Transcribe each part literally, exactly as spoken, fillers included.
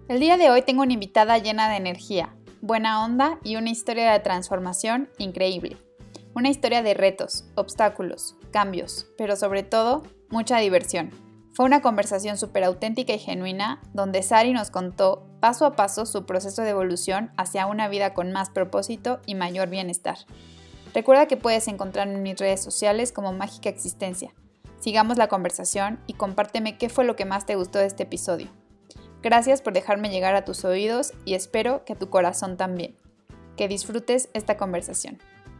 El día de hoy tengo una invitada llena de energía, buena onda y una historia de transformación increíble. Una historia de retos, obstáculos, cambios, pero sobre todo, mucha diversión. Fue una conversación súper auténtica y genuina donde Sari nos contó paso a paso su proceso de evolución hacia una vida con más propósito y mayor bienestar. Recuerda que puedes encontrarme en mis redes sociales como Mágica Existencia. Sigamos la conversación y compárteme qué fue lo que más te gustó de este episodio. Gracias por dejarme llegar a tus oídos y espero que a tu corazón también. Que disfrutes esta conversación.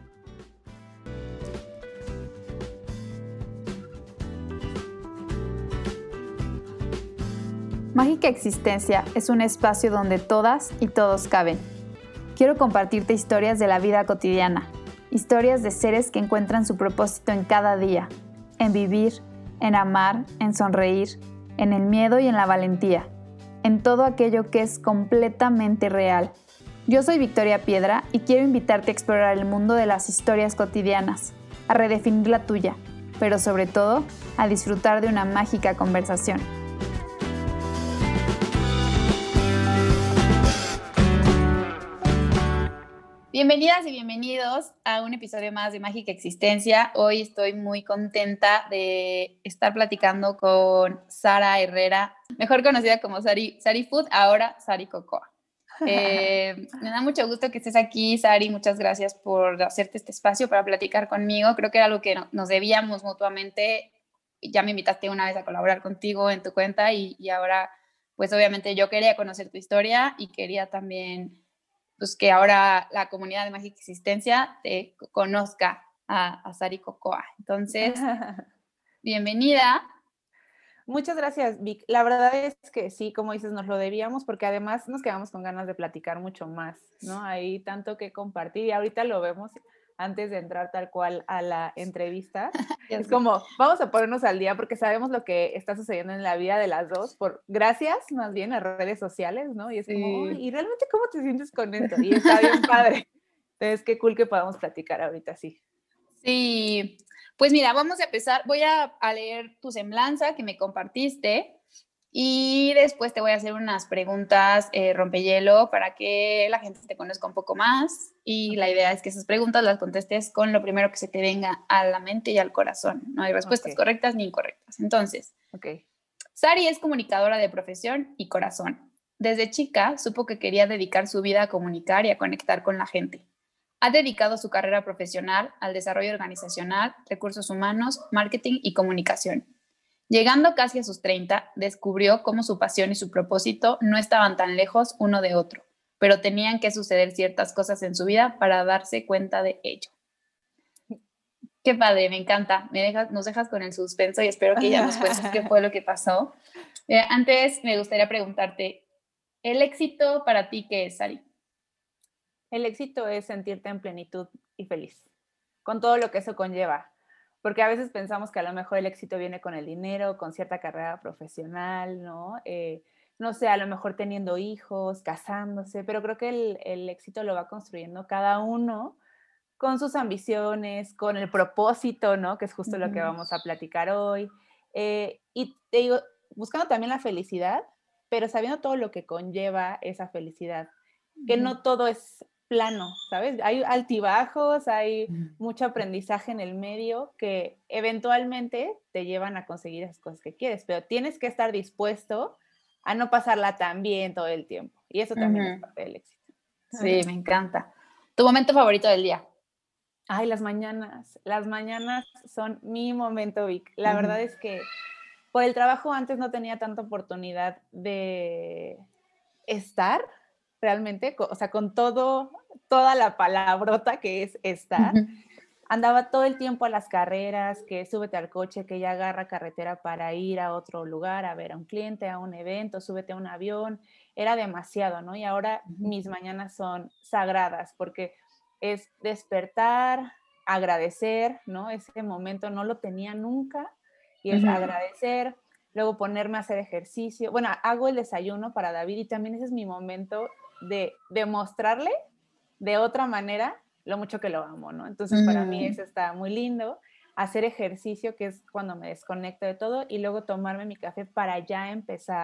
Mágica Existencia es un espacio donde todas y todos caben. Quiero compartirte historias de la vida cotidiana, historias de seres que encuentran su propósito en cada día, en vivir, en amar, en sonreír, en el miedo y en la valentía, en todo aquello que es completamente real. Yo soy Victoria Piedra y quiero invitarte a explorar el mundo de las historias cotidianas, a redefinir la tuya, pero sobre todo, a disfrutar de una mágica conversación. Bienvenidas y bienvenidos a un episodio más de Mágica Existencia. Hoy estoy muy contenta de estar platicando con Sara Herrera, mejor conocida como Sari, Sari Food, ahora Sari Cocoa. Eh, me da mucho gusto que estés aquí, Sari. Muchas gracias por hacerte este espacio para platicar conmigo. Creo que era algo que nos debíamos mutuamente. Ya me invitaste una vez a colaborar contigo en tu cuenta y, y ahora, pues obviamente yo quería conocer tu historia y quería también pues que ahora la comunidad de Mágica Existencia te conozca a, a Sari Cocoa. Entonces, bienvenida. Muchas gracias, Vic. La verdad es que sí, como dices, nos lo debíamos porque además nos quedamos con ganas de platicar mucho más, ¿no? Hay tanto que compartir y ahorita lo vemos antes de entrar tal cual a la entrevista. Es sé. como, vamos a ponernos al día porque sabemos lo que está sucediendo en la vida de las dos, por gracias más bien a redes sociales, ¿no? Y es Sí. como, ¿y realmente cómo te sientes con esto? Y está bien padre. Entonces, qué cool que podamos platicar ahorita, sí. Sí, pues mira, vamos a empezar. Voy a, a leer tu semblanza que me compartiste y después te voy a hacer unas preguntas eh, rompehielo para que la gente te conozca un poco más y okay. La idea es que esas preguntas las contestes con lo primero que se te venga a la mente y al corazón. No hay respuestas okay. correctas ni incorrectas. Entonces, okay. Sari es comunicadora de profesión y corazón. Desde chica supo que quería dedicar su vida a comunicar y a conectar con la gente. Ha dedicado su carrera profesional al desarrollo organizacional, recursos humanos, marketing y comunicación. Llegando casi a sus treinta, descubrió cómo su pasión y su propósito no estaban tan lejos uno de otro, pero tenían que suceder ciertas cosas en su vida para darse cuenta de ello. Qué padre, me encanta. Me dejas, nos dejas con el suspenso y espero que ya nos cuentes qué fue lo que pasó. Eh, antes me gustaría preguntarte, ¿el éxito para ti qué es, Sari? El éxito es sentirte en plenitud y feliz, con todo lo que eso conlleva. Porque a veces pensamos que a lo mejor el éxito viene con el dinero, con cierta carrera profesional, ¿no? Eh, no sé, a lo mejor teniendo hijos, casándose, pero creo que el, el éxito lo va construyendo cada uno con sus ambiciones, con el propósito, ¿no? Que es justo uh-huh. lo que vamos a platicar hoy. Eh, y te digo, buscando también la felicidad, pero sabiendo todo lo que conlleva esa felicidad, que uh-huh. no todo es plano, ¿sabes? Hay altibajos, hay mucho aprendizaje en el medio que eventualmente te llevan a conseguir esas cosas que quieres, pero tienes que estar dispuesto a no pasarla tan bien todo el tiempo. Y eso también uh-huh. es parte del éxito. Sí, me encanta. ¿Tu momento favorito del día? Ay, las mañanas. Las mañanas son mi momento, Vic. La uh-huh. verdad es que por el trabajo antes no tenía tanta oportunidad de estar realmente, o sea, con todo, toda la palabrota que es estar, uh-huh. andaba todo el tiempo a las carreras, que súbete al coche, que ya agarra carretera para ir a otro lugar, a ver a un cliente, a un evento, súbete a un avión, era demasiado, ¿no? Y ahora uh-huh. mis mañanas son sagradas, porque es despertar, agradecer, ¿no? Ese momento no lo tenía nunca, y es uh-huh. agradecer, luego ponerme a hacer ejercicio, bueno, hago el desayuno para David, y también ese es mi momento de demostrarle de otra manera lo mucho que lo amo, ¿no? Entonces, mm. para mí eso está muy lindo. Hacer ejercicio, que es cuando me desconecto de todo, y luego tomarme mi café para ya empezar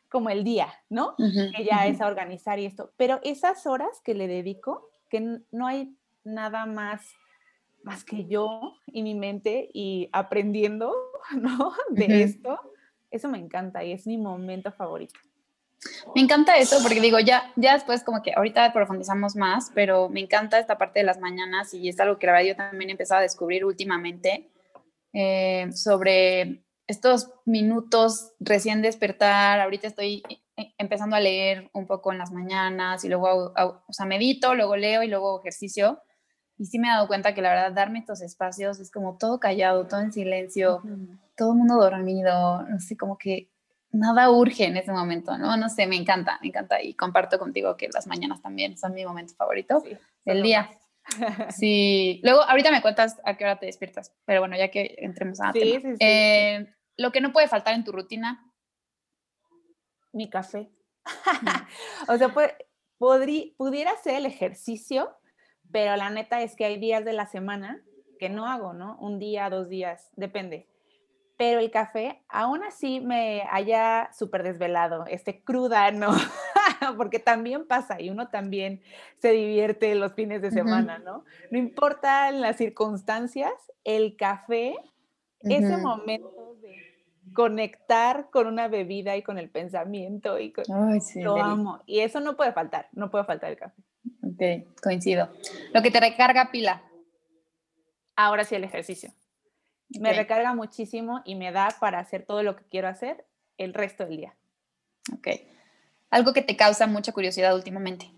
como el día, ¿no? Uh-huh, que ya uh-huh. es a organizar y esto. Pero esas horas que le dedico, que no hay nada más, más que yo y mi mente y aprendiendo, ¿no? De Uh-huh. esto, eso me encanta y es mi momento favorito. Me encanta eso porque digo, ya, ya después como que ahorita profundizamos más, pero me encanta esta parte de las mañanas y es algo que la verdad yo también he empezado a descubrir últimamente eh, sobre estos minutos recién despertar. Ahorita estoy empezando a leer un poco en las mañanas y luego, hago, hago, o sea, medito, luego leo y luego ejercicio. Y sí me he dado cuenta que la verdad darme estos espacios es como todo callado, todo en silencio, uh-huh. todo el mundo dormido, no sé, como que nada urge en ese momento, ¿no? No sé, me encanta, me encanta y comparto contigo que las mañanas también son mi momento favorito sí, del día. Sí, luego ahorita me cuentas a qué hora te despiertas, pero bueno, ya que entremos a sí, tema. Sí, sí, eh, sí. Lo que no puede faltar en tu rutina. Mi café. O sea, pues, podrí, pudiera ser el ejercicio, pero la neta es que hay días de la semana que no hago, ¿no? Un día, dos días, depende. Pero el café, aún así me haya súper desvelado, esté cruda, ¿no? Porque también pasa y uno también se divierte los fines de semana, ¿no? No importa las circunstancias, el café, uh-huh. ese momento de conectar con una bebida y con el pensamiento y con, Ay, sí, lo deli. amo. Y eso no puede faltar, no puede faltar el café. Ok, coincido. Lo que te recarga pila. Ahora sí el ejercicio. Okay. Me recarga muchísimo y me da para hacer todo lo que quiero hacer el resto del día. Ok. Algo que te causa mucha curiosidad últimamente.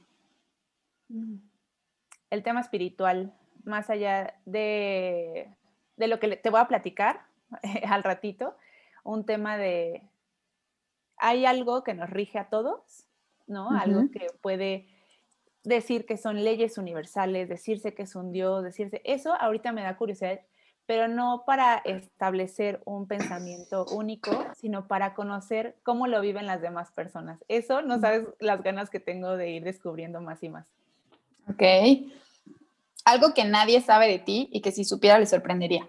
El tema espiritual, más allá de, de lo que te voy a platicar eh, al ratito, un tema de, hay algo que nos rige a todos, ¿no? Uh-huh. Algo que puede decir que son leyes universales, decirse que es un Dios, decirse, eso ahorita me da curiosidad, pero no para establecer un pensamiento único, sino para conocer cómo lo viven las demás personas. Eso no sabes las ganas que tengo de ir descubriendo más y más. Ok. Algo que nadie sabe de ti y que si supiera le sorprendería.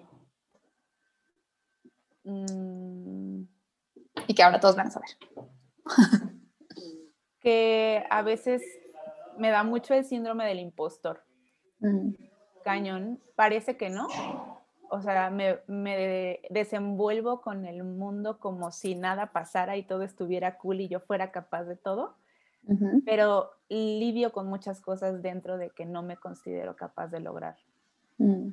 Mm. Y que ahora todos van a saber. Que a veces me da mucho el síndrome del impostor. Mm. Cañón, parece que no. O sea, me, me desenvuelvo con el mundo como si nada pasara y todo estuviera cool y yo fuera capaz de todo. Uh-huh. Pero lidio con muchas cosas dentro de que no me considero capaz de lograr. Mm.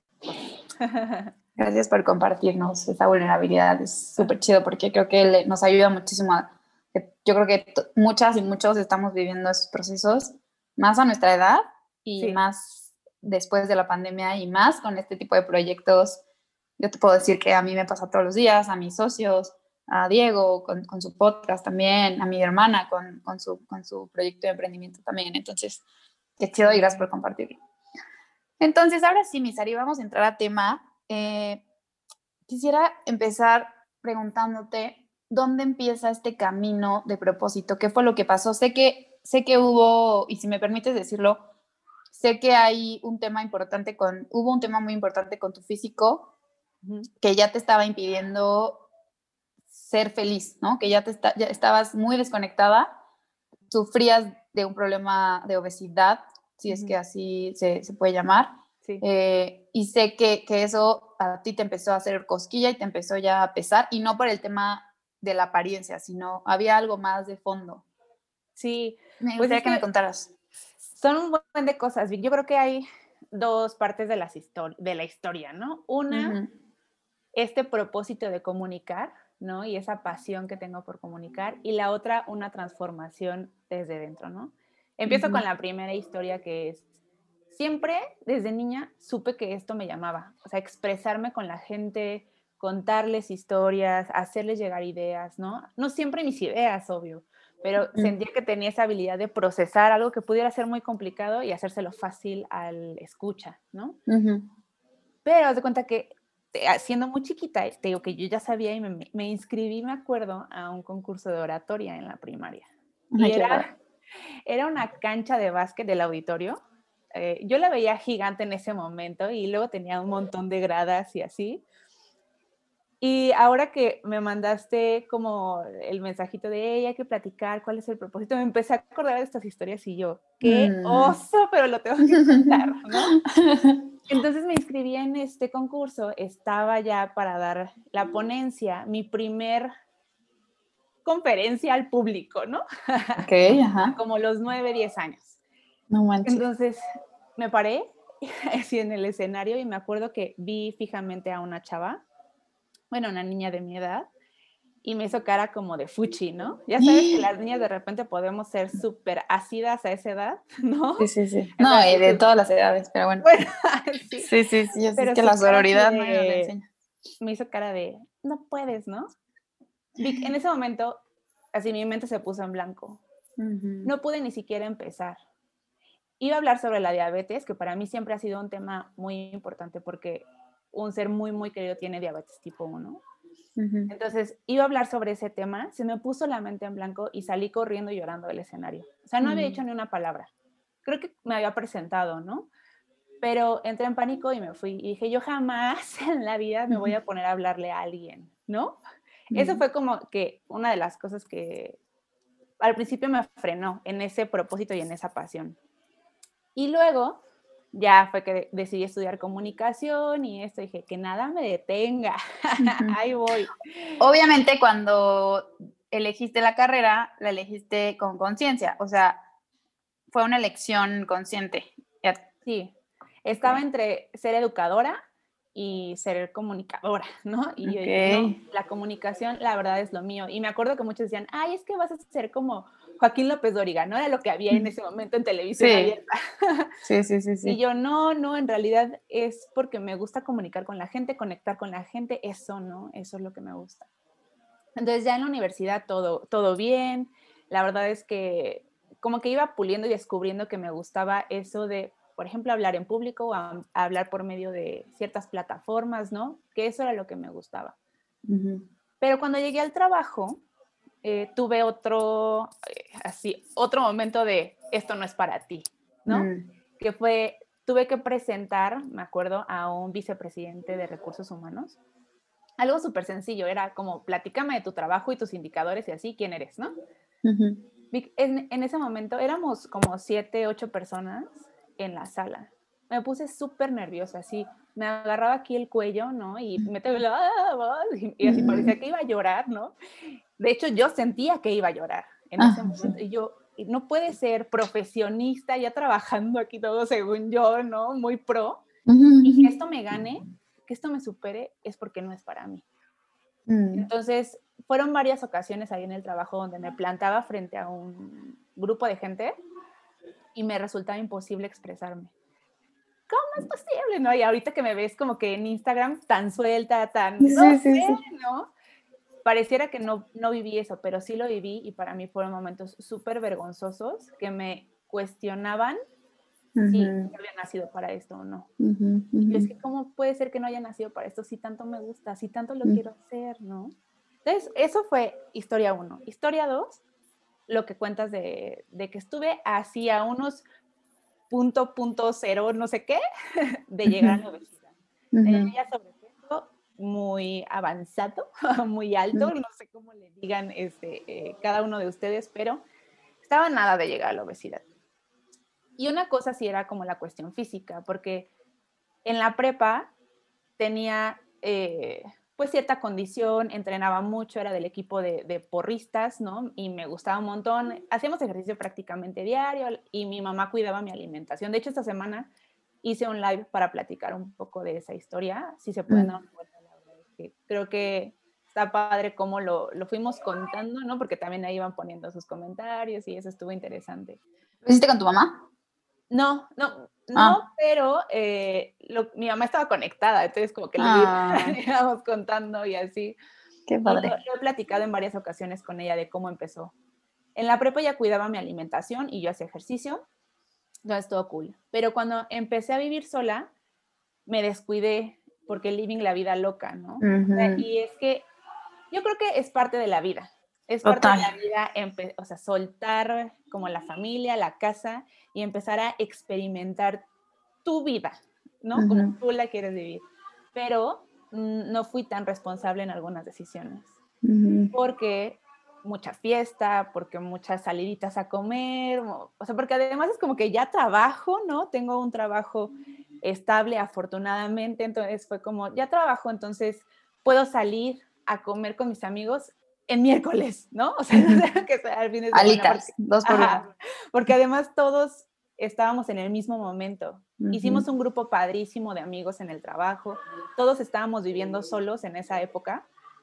Gracias por compartirnos esa vulnerabilidad. Es súper chido porque creo que le, nos ayuda muchísimo. A, yo creo que t- muchas y muchos estamos viviendo esos procesos más a nuestra edad y sí. más después de la pandemia y más con este tipo de proyectos. Yo te puedo decir que a mí me pasa todos los días, a mis socios, a Diego con, con su podcast también, a mi hermana con, con, su, con su proyecto de emprendimiento también. Entonces, qué chido y gracias por compartirlo. Entonces, ahora sí, Misari, vamos a entrar a tema. Eh, quisiera empezar preguntándote dónde empieza este camino de propósito, qué fue lo que pasó. Sé que, sé que hubo, y si me permites decirlo, sé que hay un tema importante con, hubo un tema muy importante con tu físico uh-huh. que ya te estaba impidiendo ser feliz, ¿no? Que ya, te está, ya estabas muy desconectada, sufrías de un problema de obesidad, si uh-huh. es que así se, se puede llamar. Sí. Eh, y sé que, que eso a ti te empezó a hacer cosquilla y te empezó ya a pesar, y no por el tema de la apariencia, sino había algo más de fondo. Sí. Me gustaría pues que, que me contaras. Son un buen de cosas. Yo creo que hay dos partes de, las histori- de la historia, ¿no? Una, uh-huh. este propósito de comunicar, ¿no? Y esa pasión que tengo por comunicar. Y la otra, una transformación desde dentro, ¿no? Empiezo uh-huh. con la primera historia, que es, siempre desde niña supe que esto me llamaba. O sea, expresarme con la gente, contarles historias, hacerles llegar ideas, ¿no? No siempre mis ideas, obvio, pero uh-huh. sentía que tenía esa habilidad de procesar algo que pudiera ser muy complicado y hacérselo fácil al escucha, ¿no? Uh-huh. Pero haz de cuenta que siendo muy chiquita, te digo que yo ya sabía y me, me inscribí, me acuerdo, a un concurso de oratoria en la primaria. Ay, y era, era una cancha de básquet del auditorio. Eh, yo la veía gigante en ese momento y luego tenía un montón de gradas y así. Y ahora que me mandaste como el mensajito de ella, hay que platicar, cuál es el propósito, me empecé a acordar de estas historias y yo, qué Mm. oso, pero lo tengo que contar, ¿no? Entonces me inscribí en este concurso, estaba ya para dar la ponencia, mi primer conferencia al público, ¿no? Ok, ajá. Como los nueve, diez años. No manches. Entonces me paré así en el escenario y me acuerdo que vi fijamente a una chava, bueno, una niña de mi edad, y me hizo cara como de fuchi, ¿no? Ya sabes que las niñas de repente podemos ser súper ácidas a esa edad, ¿no? Sí, sí, sí. No, y Entonces, de todas las edades, pero bueno. bueno, sí, Sí, sí, sí, así es pero que su la cara así sororidad nadie nos la de, enseña. me hizo cara de, no puedes, ¿no? Vic, en ese momento, así mi mente se puso en blanco. Ujú. No pude ni siquiera empezar. Iba a hablar sobre la diabetes, que para mí siempre ha sido un tema muy importante porque un ser muy, muy querido tiene diabetes tipo uno. Ujú. Entonces, iba a hablar sobre ese tema, se me puso la mente en blanco y salí corriendo y llorando del escenario. O sea, no había dicho Mm. ni una palabra. Creo que me había presentado, ¿no? Pero entré en pánico y me fui. Y dije, yo jamás en la vida me voy a poner a hablarle a alguien, ¿no? Eso Mm. fue como que una de las cosas que al principio me frenó en ese propósito y en esa pasión. Y luego ya fue que decidí estudiar comunicación y esto, dije, que nada me detenga, Ujú. ahí voy. Obviamente, cuando elegiste la carrera, la elegiste con conciencia, o sea, fue una elección consciente. Ya. Sí, estaba Ok. entre ser educadora y ser comunicadora, ¿no? Y yo Ok. dije, no, la comunicación, la verdad es lo mío. Y me acuerdo que muchos decían, ay, es que vas a ser como Joaquín López Dóriga, ¿no? Era lo que había en ese momento en televisión Sí, abierta. sí, sí, sí, Y sí. yo, no, no, en realidad es porque me gusta comunicar con la gente, conectar con la gente, eso, ¿no? Eso es lo que me gusta. Entonces ya en la universidad todo, todo bien. La verdad es que como que iba puliendo y descubriendo que me gustaba eso de, por ejemplo, hablar en público o a, a hablar por medio de ciertas plataformas, ¿no? Que eso era lo que me gustaba. Ujú. Pero cuando llegué al trabajo, eh, tuve otro, eh, así, otro momento de, esto no es para ti, ¿no? Mm. Que fue, tuve que presentar, me acuerdo, a un vicepresidente de recursos humanos. Algo súper sencillo, era como, platícame de tu trabajo y tus indicadores y así, quién eres, ¿no? Ujú. En, en ese momento éramos como siete, ocho personas en la sala. Me puse súper nerviosa, así, me agarraba aquí el cuello, ¿no? Y me temblaba, y, y así parecía que iba a llorar, ¿no? De hecho, yo sentía que iba a llorar en ese Ah, sí. momento. Y yo, no puede ser profesionista, ya trabajando aquí todo según yo, ¿no? Muy pro. Ujú, Y ujú. que esto me gane, que esto me supere, es porque no es para mí. Mm. Entonces, fueron varias ocasiones ahí en el trabajo donde me plantaba frente a un grupo de gente y me resultaba imposible expresarme. ¿Cómo es posible? ¿No? Y ahorita que me ves como que en Instagram tan suelta, tan, no Sí, sí, sé, sí. ¿no? Pareciera que no, no viví eso, pero sí lo viví y para mí fueron momentos súper vergonzosos que me cuestionaban si Ujú, había nacido para esto o no. ujú, Y ujú, es que, ¿cómo puede ser que no haya nacido para esto si tanto me gusta, si tanto lo mm. quiero hacer, ¿no? Entonces, eso fue historia uno. Historia dos, lo que cuentas de, de que estuve así a unos punto, punto cero, no sé qué, de llegar a la obesidad. Tenía Ujú, ya sobrepeso muy avanzado, muy ujú, alto, no sé cómo le digan este, eh, cada uno de ustedes, pero estaba nada de llegar a la obesidad. Y una cosa sí era como la cuestión física, porque en la prepa tenía eh, pues cierta condición, entrenaba mucho, era del equipo de, de porristas, ¿no? Y me gustaba un montón. Hacíamos ejercicio prácticamente diario y mi mamá cuidaba mi alimentación. De hecho, esta semana hice un live para platicar un poco de esa historia. Si se pueden dar mm. una vuelta, la verdad es que creo que está padre cómo lo, lo fuimos contando, ¿no? Porque también ahí iban poniendo sus comentarios y eso estuvo interesante. ¿Lo hiciste con tu mamá? No, no, no, Ah, pero eh, lo, mi mamá estaba conectada, entonces como que le ah, íbamos contando y así. qué Y lo, padre. lo he platicado en varias ocasiones con ella de cómo empezó. En la prepa ya cuidaba mi alimentación y yo hacía ejercicio, entonces todo cool. Pero cuando empecé a vivir sola, me descuidé porque living la vida loca, ¿no? O sea, Ujú, y es que yo creo que es parte de la vida. Es parte de total. la vida, o sea, soltar como la familia, la casa y empezar a experimentar tu vida, ¿no? Como Ujú, tú la quieres vivir. Pero no fui tan responsable en algunas decisiones. Uh-huh. Porque mucha fiesta, porque muchas saliditas a comer, o sea, porque además es como que ya trabajo, ¿no? Tengo un trabajo estable, afortunadamente, entonces fue como, ya trabajo, entonces puedo salir a comer con mis amigos en miércoles, ¿no? O sea, no tengo que ser al fin de semana. Alitas, Porque, dos por ajá, uno. porque además todos estábamos en el mismo momento. Uh-huh. Hicimos un grupo padrísimo de amigos en el trabajo, todos estábamos viviendo solos en esa época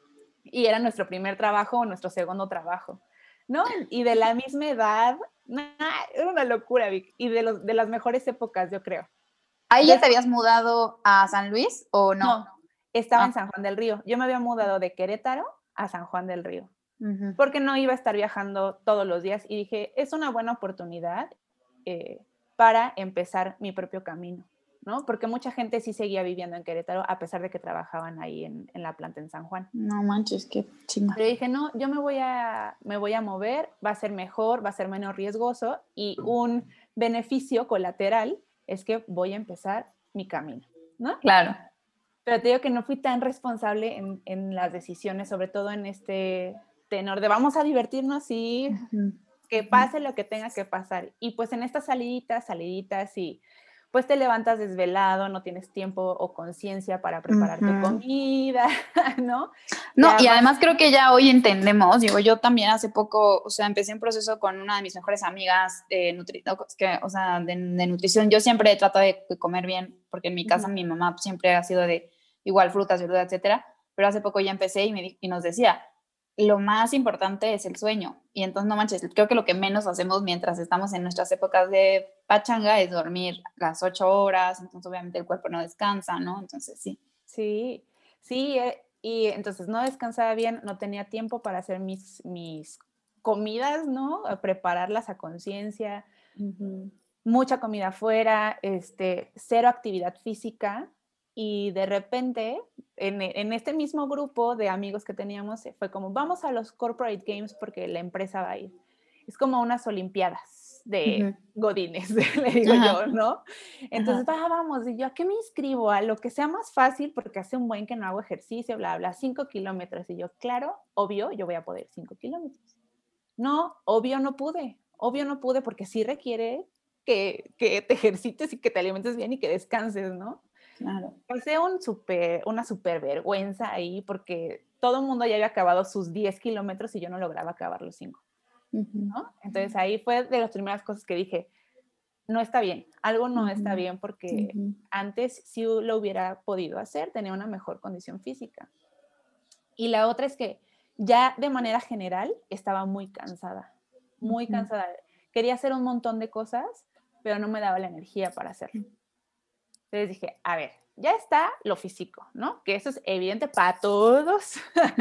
y era nuestro primer trabajo o nuestro segundo trabajo, ¿no? Y de la misma edad, nah, era una locura, Vic, y de, los, de las mejores épocas, yo creo. ¿Ahí ya te habías mudado a San Luis o no? No, estaba Ah. en San Juan del Río. Yo me había mudado de Querétaro a San Juan del Río, Uh-huh. porque no iba a estar viajando todos los días y dije, es una buena oportunidad eh, para empezar mi propio camino, ¿no? Porque mucha gente sí seguía viviendo en Querétaro a pesar de que trabajaban ahí en, en la planta en San Juan. No manches, qué chinga. Pero dije, no, yo me voy, a, me voy a mover, va a ser mejor, va a ser menos riesgoso y un beneficio colateral es que voy a empezar mi camino, ¿no? Claro. Pero te digo que no fui tan responsable en, en las decisiones, sobre todo en este tenor de vamos a divertirnos y uh-huh. que pase lo que tenga que pasar. Y pues en estas saliditas, saliditas y pues te levantas desvelado, no tienes tiempo o conciencia para preparar uh-huh. tu comida, ¿no? No, ya y vas... además creo que ya hoy entendemos, digo, yo también hace poco, o sea, empecé un proceso con una de mis mejores amigas de, nutri que, o sea, de, de nutrición. Yo siempre trato de comer bien, porque en mi casa uh-huh. mi mamá siempre ha sido de igual frutas, verduras, etcétera, pero hace poco ya empecé y, me, y nos decía, lo más importante es el sueño. Y entonces, no manches, creo que lo que menos hacemos mientras estamos en nuestras épocas de pachanga es dormir las ocho horas, entonces obviamente el cuerpo no descansa, ¿no? Entonces, sí. Sí, sí, eh, y entonces no descansaba bien, no tenía tiempo para hacer mis, mis comidas, ¿no? A prepararlas a conciencia, uh-huh. mucha comida afuera, este, cero actividad física. Y de repente, en, en, este mismo grupo de amigos que teníamos, fue como, vamos a los Corporate Games porque la empresa va a ir. Es como unas olimpiadas de uh-huh. godines, le digo uh-huh. yo, ¿no? Entonces, uh-huh. ah, vamos, y yo, ¿a qué me inscribo? A lo que sea más fácil, porque hace un buen que no hago ejercicio, bla, bla, cinco kilómetros. Y yo, claro, obvio, yo voy a poder cinco kilómetros. No, obvio no pude, obvio no pude, porque sí requiere que, que te ejercites y que te alimentes bien y que descanses, ¿no? Claro. Pasé un super, una super vergüenza ahí porque todo el mundo ya había acabado sus diez kilómetros y yo no lograba acabar los cinco, uh-huh. ¿no? Entonces ahí fue de las primeras cosas que dije, no está bien, algo no uh-huh. está bien porque uh-huh. antes sí lo hubiera podido hacer, tenía una mejor condición física. Y la otra es que ya de manera general estaba muy cansada, muy uh-huh. cansada. Quería hacer un montón de cosas, pero no me daba la energía para hacerlo. Entonces dije, a ver, ya está lo físico, ¿no? Que eso es evidente para todos,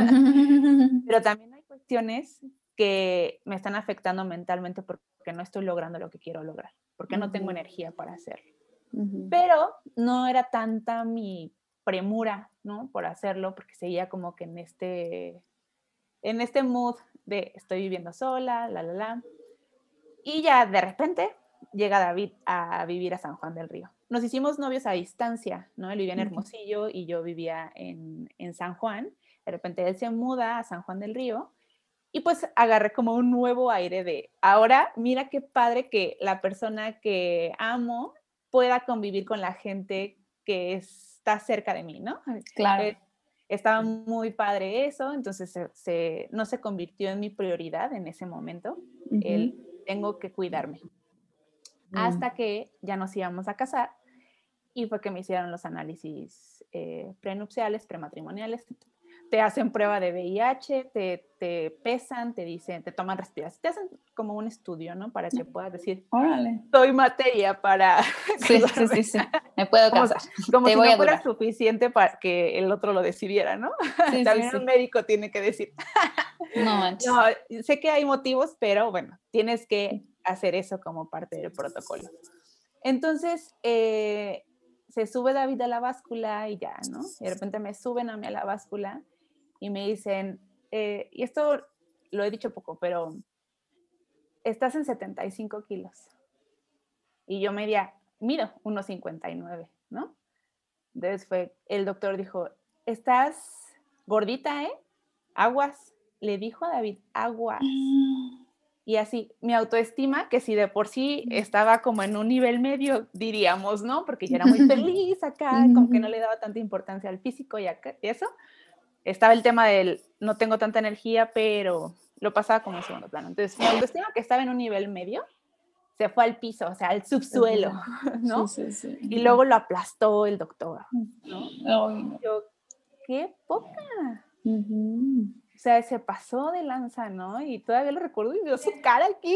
pero también hay cuestiones que me están afectando mentalmente porque no estoy logrando lo que quiero lograr, porque uh-huh. no tengo energía para hacerlo. Uh-huh. Pero no era tanta mi premura, ¿no? Por hacerlo, porque seguía como que en este, en este mood de estoy viviendo sola, la, la, la. Y ya de repente llega David a vivir a San Juan del Río. Nos hicimos novios a distancia, ¿no? Él vivía en Hermosillo y yo vivía en, en San Juan. De repente él se muda a San Juan del Río y pues agarré como un nuevo aire de, ahora mira qué padre que la persona que amo pueda convivir con la gente que está cerca de mí, ¿no? Claro. Eh, estaba muy padre eso, entonces se, se, no se convirtió en mi prioridad en ese momento. Uh-huh. El tengo que cuidarme. Uh-huh. Hasta que ya nos íbamos a casar y fue que me hicieron los análisis eh, prenupciales, prematrimoniales. Te hacen prueba de V I H, te, te pesan, te dicen, te toman respiración, te hacen como un estudio, ¿no? Para que puedas decir, órale, soy materia para... Sí, sí, sí, sí, me puedo casar. Como, como te si voy no a fuera durar. suficiente para que el otro lo decidiera, ¿no? Sí, También sí, un sí. médico tiene que decir. No manches. No, sé que hay motivos, pero bueno, tienes que hacer eso como parte del protocolo. Entonces, eh, se sube David a la báscula y ya, ¿no? Y de repente me suben a mí a la báscula y me dicen, eh, y esto lo he dicho poco, pero estás en setenta y cinco kilos. Y yo media, mido uno cincuenta y nueve, ¿no? Entonces fue, el doctor dijo, estás gordita, ¿eh? Aguas. Le dijo a David, aguas. Y así, mi autoestima, que si de por sí estaba como en un nivel medio, diríamos, ¿no? Porque yo era muy feliz acá, como que no le daba tanta importancia al físico y, acá, y eso. Estaba el tema del no tengo tanta energía, pero lo pasaba como en segundo plano. Entonces, mi autoestima, que estaba en un nivel medio, se fue al piso, o sea, al subsuelo, ¿no? Sí, sí, sí. Y luego lo aplastó el doctor, ¿no? Ay, no. Yo, qué poca. Uh-huh. O sea, se pasó de lanza, ¿no? Y todavía lo recuerdo y veo su cara aquí.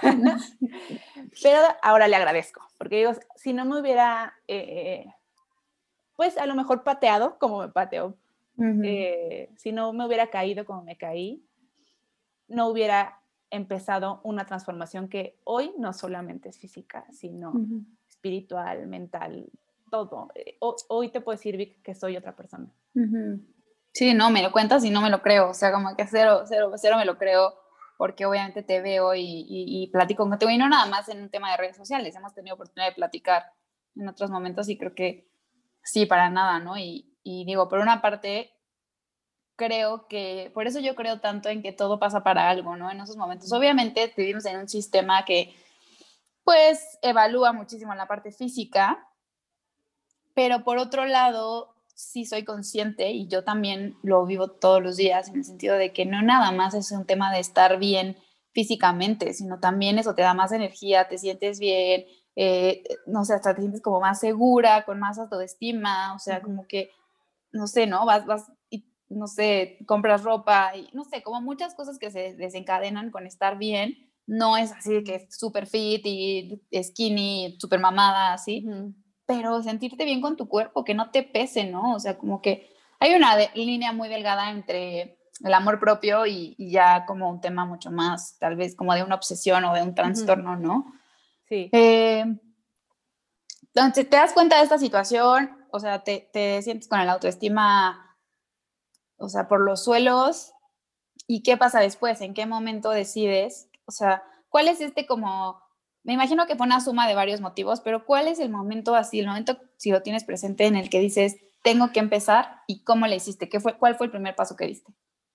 Pero ahora le agradezco, porque digo, si no me hubiera, eh, pues a lo mejor pateado como me pateó, uh-huh. eh, si no me hubiera caído como me caí, no hubiera empezado una transformación que hoy no solamente es física, sino uh-huh. espiritual, mental, todo. Hoy te puedo decir, Vic, que soy otra persona. Uh-huh. Sí, no, me lo cuentas y no me lo creo, o sea, como que cero, cero, cero me lo creo, porque obviamente te veo y, y, y platico contigo, y no nada más en un tema de redes sociales, hemos tenido oportunidad de platicar en otros momentos y creo que sí, para nada, ¿no? Y, y digo, por una parte, creo que, por eso yo creo tanto en que todo pasa para algo, ¿no? En esos momentos, obviamente vivimos en un sistema que, pues, evalúa muchísimo la parte física, pero por otro lado, sí soy consciente y yo también lo vivo todos los días en el sentido de que no nada más es un tema de estar bien físicamente, sino también eso te da más energía, te sientes bien, eh, no sé, hasta te sientes como más segura, con más autoestima, o sea, uh-huh. como que, no sé, ¿no? Vas, vas y, no sé, compras ropa y, no sé, como muchas cosas que se desencadenan con estar bien, no es así de que es súper fit y skinny, súper mamada, así, uh-huh. pero sentirte bien con tu cuerpo, que no te pese, ¿no? O sea, como que hay una de, línea muy delgada entre el amor propio y, y ya como un tema mucho más, tal vez como de una obsesión o de un trastorno, uh-huh. ¿no? Sí. Eh, entonces, te das cuenta de esta situación, o sea, te, te sientes con la autoestima, o sea, por los suelos, ¿y qué pasa después? ¿En qué momento decides? O sea, ¿cuál es este como... Me imagino que fue una suma de varios motivos, pero ¿cuál es el momento así, el momento, si lo tienes presente, en el que dices, tengo que empezar, y cómo le hiciste? ¿Qué fue, ¿Cuál fue el primer paso que diste?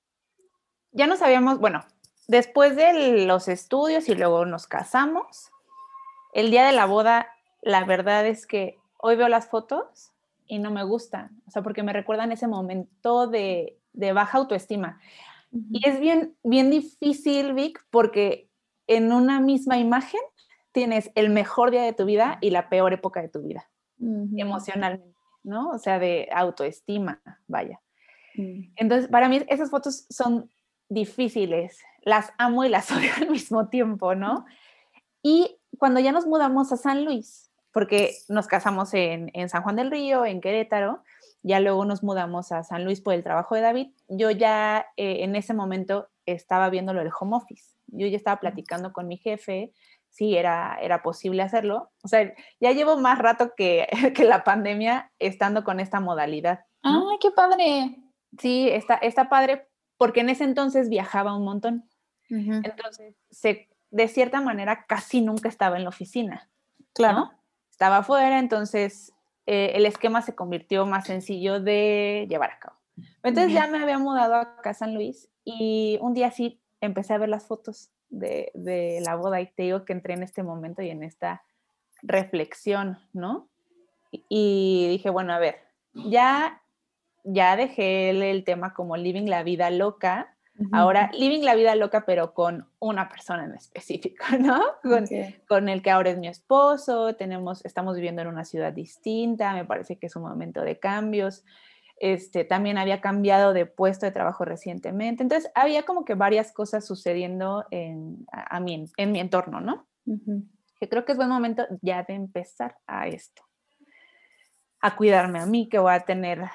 Ya no sabíamos, bueno, después de los estudios y luego nos casamos, el día de la boda, la verdad es que hoy veo las fotos y no me gustan, o sea, porque me recuerdan ese momento de, de baja autoestima. Uh-huh. Y es bien, bien difícil, Vic, porque en una misma imagen tienes el mejor día de tu vida y la peor época de tu vida, uh-huh. emocionalmente, ¿no? O sea, de autoestima, vaya. Uh-huh. Entonces, para mí esas fotos son difíciles, las amo y las odio al mismo tiempo, ¿no? Y cuando ya nos mudamos a San Luis, porque nos casamos en, en San Juan del Río, en Querétaro, ya luego nos mudamos a San Luis por el trabajo de David, yo ya eh, en ese momento estaba viendo lo del home office, yo ya estaba platicando con mi jefe, sí, era, era posible hacerlo, o sea, ya llevo más rato que, que la pandemia estando con esta modalidad, ¿no? ¡Ay, qué padre! Sí, está, está padre, porque en ese entonces viajaba un montón, uh-huh. entonces se... de cierta manera casi nunca estaba en la oficina, claro. ¿no? Estaba afuera, entonces eh, el esquema se convirtió más sencillo de llevar a cabo. Entonces uh-huh. ya me había mudado acá a San Luis y un día sí empecé a ver las fotos de, de la boda y te digo que entré en este momento y en esta reflexión, ¿no? Y, y dije, bueno, a ver, ya, ya dejé el, el tema como living la vida loca. Uh-huh. Ahora, living la vida loca, pero con una persona en específico, ¿no? Con, okay. con el que ahora es mi esposo, tenemos, estamos viviendo en una ciudad distinta, me parece que es un momento de cambios. Este, también había cambiado de puesto de trabajo recientemente, entonces había como que varias cosas sucediendo en, a, a mí, en mi entorno, ¿no? Uh-huh. Que creo que es buen momento ya de empezar a esto, a cuidarme a mí, que voy a tener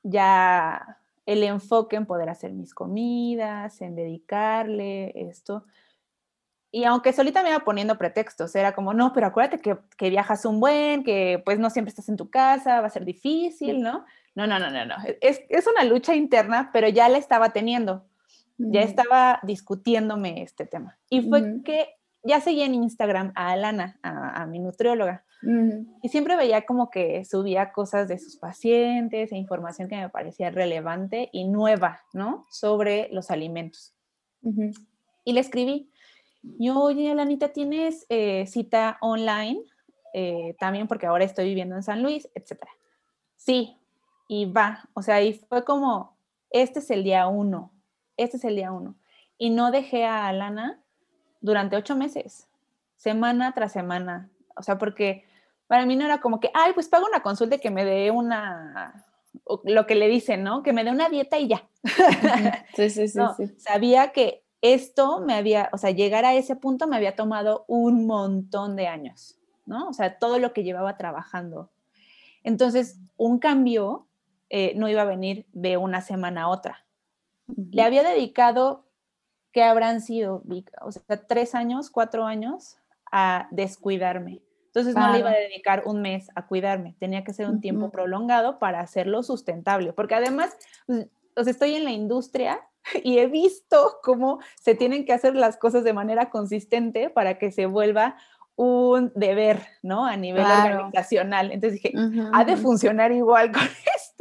ya el enfoque en poder hacer mis comidas, en dedicarle esto. Y aunque solita me iba poniendo pretextos, era como, no, pero acuérdate que, que viajas un buen, que pues no siempre estás en tu casa, va a ser difícil, ¿no? No, no, no, no, no. Es, es una lucha interna, pero ya la estaba teniendo. Uh-huh. Ya estaba discutiéndome este tema. Y fue uh-huh. que ya seguí en Instagram a Alana, a, a mi nutrióloga. Ujú. Y siempre veía como que subía cosas de sus pacientes e información que me parecía relevante y nueva, ¿no? Sobre los alimentos. Ujú. Y le escribí, yo, oye, Alanita, ¿tienes eh, cita online? Eh, también porque ahora estoy viviendo en San Luis, etcétera. Sí, y va. O sea, y fue como, este es el día uno, este es el día uno. Y no dejé a Alana durante ocho meses, semana tras semana. O sea, porque para mí no era como que, ay, pues pago una consulta y que me dé una, lo que le dicen, ¿no? Que me dé una dieta y ya. Ujú. Sí, sí, sí, No, sí. sabía que esto me había, o sea, llegar a ese punto me había tomado un montón de años, ¿no? O sea, todo lo que llevaba trabajando. Entonces, un cambio eh, no iba a venir de una semana a otra. Le Ujú. había dedicado, ¿qué habrán sido? O sea, tres años, cuatro años a descuidarme. Entonces no le iba a Claro. dedicar un mes a cuidarme, tenía que ser un tiempo Ujú. prolongado para hacerlo sustentable, porque además, pues, o sea, estoy en la industria y he visto cómo se tienen que hacer las cosas de manera consistente para que se vuelva un deber, ¿no? A nivel Claro. organizacional. Entonces dije, Ujú, ha de ujú. funcionar igual con esto.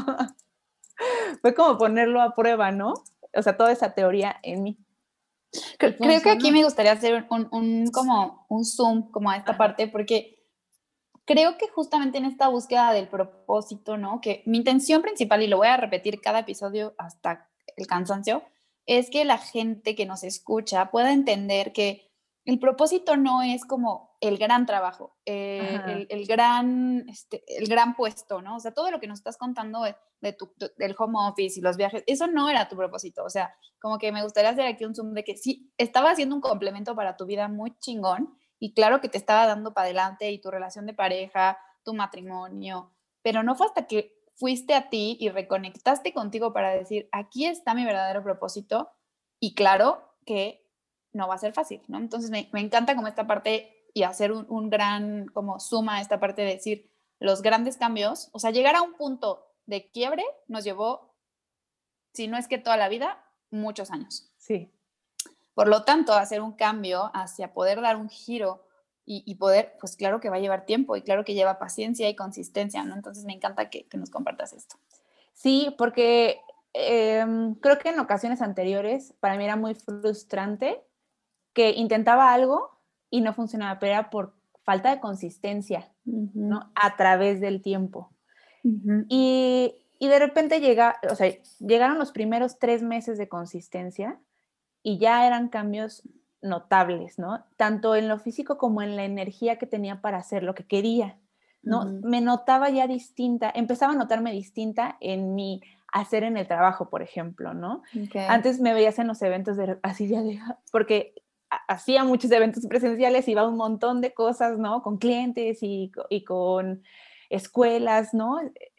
Fue como ponerlo a prueba, ¿no? O sea, toda esa teoría en mí. Y Cre- Creo que aquí funcionó. me gustaría hacer un, un, como un zoom como a esta Ajá, parte, porque creo que justamente en esta búsqueda del propósito, ¿no? Que mi intención principal, y lo voy a repetir cada episodio hasta el cansancio, es que la gente que nos escucha pueda entender que el propósito no es como el gran trabajo, eh, ajá, el, el gran, este, el gran puesto, ¿no? O sea, todo lo que nos estás contando de, de tu, de- del home office y los viajes, eso no era tu propósito. O sea, como que me gustaría hacer aquí un zoom de que sí, estaba haciendo un complemento para tu vida muy chingón, y claro que te estaba dando para adelante y tu relación de pareja, tu matrimonio, pero no fue hasta que fuiste a ti y reconectaste contigo para decir, aquí está mi verdadero propósito, y claro que no va a ser fácil, ¿no? Entonces me, me encanta como esta parte y hacer un, un gran como suma a esta parte de decir los grandes cambios, o sea, llegar a un punto de quiebre nos llevó, si no es que toda la vida, muchos años. sí. Por lo tanto, hacer un cambio hacia poder dar un giro y, y poder, pues claro que va a llevar tiempo y claro que lleva paciencia y consistencia, ¿no? Entonces me encanta que, que nos compartas esto. Sí, porque eh, creo que en ocasiones anteriores para mí era muy frustrante que intentaba algo y no funcionaba, pero era por falta de consistencia, Ujú, ¿no? A través del tiempo. ujú, Y, y de repente llega, o sea, llegaron los primeros tres meses de consistencia y ya eran cambios notables, ¿no? Tanto en lo físico como en la energía que tenía para hacer lo que quería, ¿no? ujú. Me notaba ya distinta, empezaba a notarme distinta en mi hacer en el trabajo, por ejemplo, ¿no? Ok. Antes me veías en los eventos de, así ya de, porque hacía muchos eventos presenciales, iba a un montón de cosas, ¿no? Con clientes y, y con escuelas, ¿no?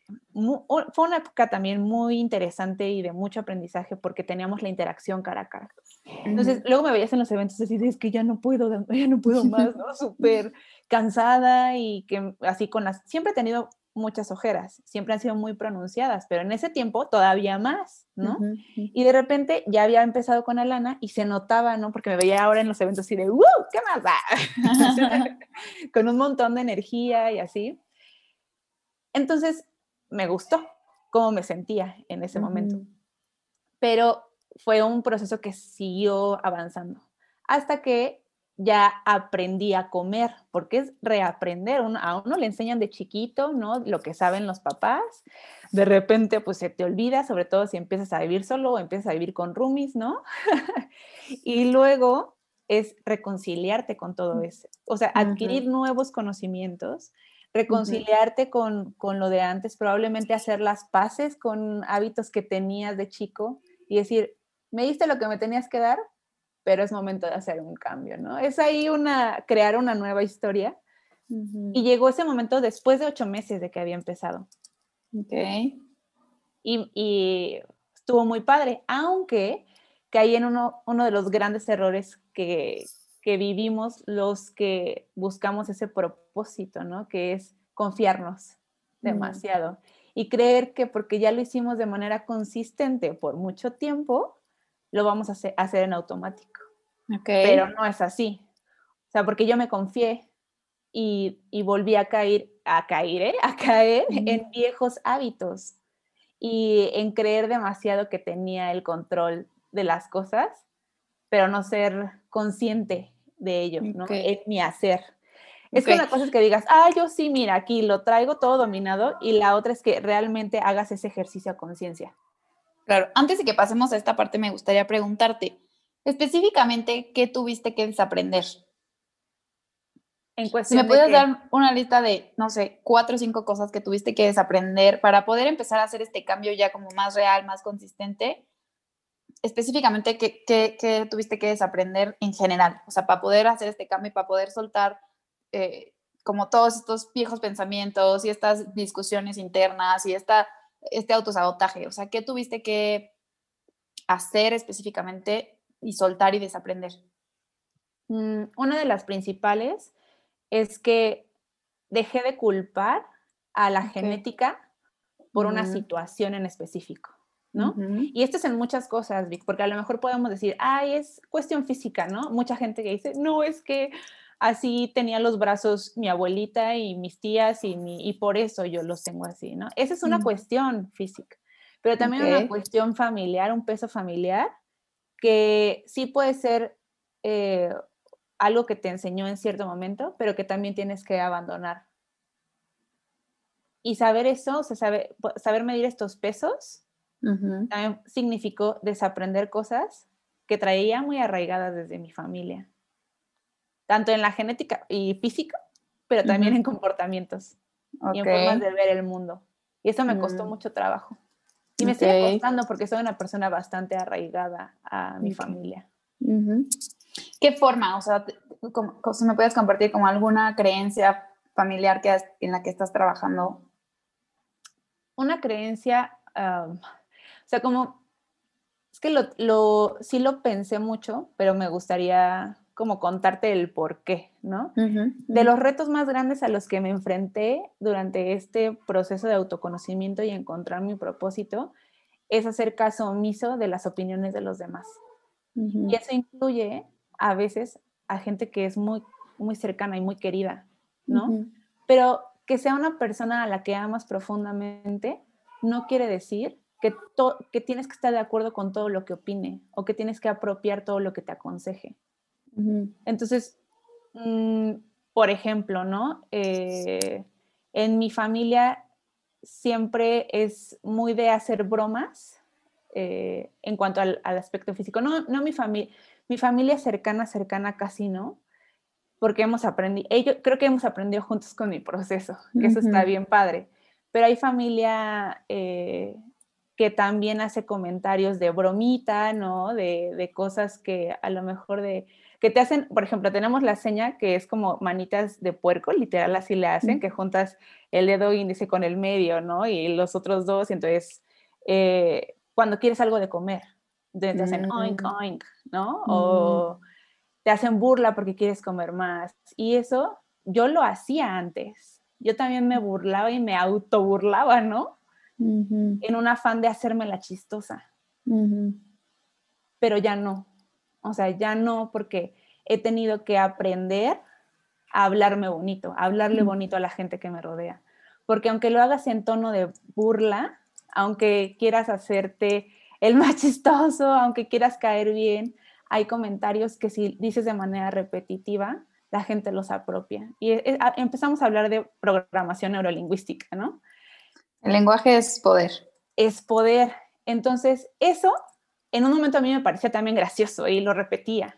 Fue una época también muy interesante y de mucho aprendizaje porque teníamos la interacción cara a cara. Entonces, Ujú. luego me veías en los eventos así de, es que ya no puedo, ya no puedo más, ¿no? Súper cansada y que así con las, siempre he tenido muchas ojeras, siempre han sido muy pronunciadas, pero en ese tiempo todavía más, ¿no? Ujú, ujú. Y de repente ya había empezado con Alana y se notaba, ¿no? Porque me veía ahora en los eventos así de, ¡uh! ¿Qué más da? Con un montón de energía y así. Entonces, me gustó cómo me sentía en ese momento, Ujú. pero fue un proceso que siguió avanzando hasta que ya aprendí a comer, porque es reaprender. Uno, a uno le enseñan de chiquito, ¿no? Lo que saben los papás. De repente, pues se te olvida, sobre todo si empiezas a vivir solo o empiezas a vivir con roomies, ¿no? Y luego es reconciliarte con todo eso. O sea, adquirir Ujú, nuevos conocimientos, ujú. reconciliarte con, con lo de antes, probablemente hacer las paces con hábitos que tenías de chico y decir, me diste lo que me tenías que dar, pero es momento de hacer un cambio, ¿no? Es ahí una, crear una nueva historia. Ujú. Y llegó ese momento después de ocho meses de que había empezado. Ok. Y, y estuvo muy padre, aunque caí en uno, uno de los grandes errores que, que vivimos los que buscamos ese propósito, ¿no? Que es confiarnos Mm. demasiado y creer que porque ya lo hicimos de manera consistente por mucho tiempo, lo vamos a hacer, hacer en automático. Ok. Pero no es así. O sea, porque yo me confié, y, y volví a caer, a caer, ¿eh? a caer Mm. en viejos hábitos y en creer demasiado que tenía el control de las cosas, pero no ser consciente de ello, ¿no? Ok, En mi hacer. Es ok. que una cosa es que digas, ah, yo sí, mira, aquí lo traigo todo dominado, y la otra es que realmente hagas ese ejercicio a conciencia. Claro, antes de que pasemos a esta parte, me gustaría preguntarte, específicamente, ¿qué tuviste que desaprender? En Si me cuestión de pudieras que, dar una lista de, no sé, cuatro o cinco cosas que tuviste que desaprender para poder empezar a hacer este cambio ya como más real, más consistente, específicamente, ¿qué, qué, qué tuviste que desaprender en general? O sea, para poder hacer este cambio y para poder soltar eh, como todos estos viejos pensamientos y estas discusiones internas y esta, este autosabotaje. O sea, ¿qué tuviste que hacer específicamente y soltar y desaprender? mm, una de las principales es que dejé de culpar a la Ok. genética por una Ujú, situación en específico, ¿no? ujú, Y esto es en muchas cosas, Vic, porque a lo mejor podemos decir, ay, es cuestión física, ¿no? Mucha gente que dice, no, es que así tenía los brazos mi abuelita y mis tías y, mi, y por eso yo los tengo así, ¿no? Esa es una mm, cuestión física, pero ok, también una cuestión familiar, un peso familiar, que sí puede ser eh, algo que te enseñó en cierto momento, pero que también tienes que abandonar. Y saber eso, o sea, saber, saber medir estos pesos, ujú, también significó desaprender cosas que traía muy arraigadas desde mi familia, tanto en la genética y física, pero también ujú, en comportamientos y ok, en formas de ver el mundo. Y eso me costó mm, mucho trabajo. Y me ok, sigue costando porque soy una persona bastante arraigada a mi ok, familia. ujú. ¿Qué forma? O sea, te- como- como si me puedes compartir como alguna creencia familiar que has- en la que estás trabajando. Una creencia, um, o sea, como, es que lo, lo, sí lo pensé mucho, pero me gustaría como contarte el por qué, ¿no? Ujú, De ujú, los retos más grandes a los que me enfrenté durante este proceso de autoconocimiento y encontrar mi propósito es hacer caso omiso de las opiniones de los demás. Y ujú, eso incluye a veces a gente que es muy, muy cercana y muy querida, ¿no? ujú, Pero que sea una persona a la que amas profundamente no quiere decir que, to- que tienes que estar de acuerdo con todo lo que opine o que tienes que apropiar todo lo que te aconseje. ujú, Entonces, mm, por ejemplo, ¿no? Eh, en mi familia siempre es muy de hacer bromas eh, en cuanto al, al, aspecto físico. No, no mi familia, mi familia cercana, cercana casi no, porque hemos aprendido, ellos, creo que hemos aprendido juntos con mi proceso, que eso está ujú, bien padre. Pero hay familia eh, que también hace comentarios de bromita, ¿no? De, de cosas que a lo mejor de, que te hacen, por ejemplo, tenemos la seña que es como manitas de puerco, literal así le hacen, que juntas el dedo índice con el medio, ¿no? Y los otros dos, y entonces, eh, cuando quieres algo de comer, entonces te hacen oink, mm, oink, ¿no? mm, O te hacen burla porque quieres comer más. Y eso yo lo hacía antes. Yo también me burlaba y me autoburlaba, ¿no? ujú, En un afán de hacerme la chistosa. ujú, Pero ya no. O sea, ya no, porque he tenido que aprender a hablarme bonito, a hablarle ujú, bonito a la gente que me rodea. Porque aunque lo hagas en tono de burla, aunque quieras hacerte el más chistoso, aunque quieras caer bien, hay comentarios que si dices de manera repetitiva, la gente los apropia. Y es, es, empezamos a hablar de programación neurolingüística, ¿no? El lenguaje es poder. Es poder. Entonces, eso en un momento a mí me parecía también gracioso y lo repetía,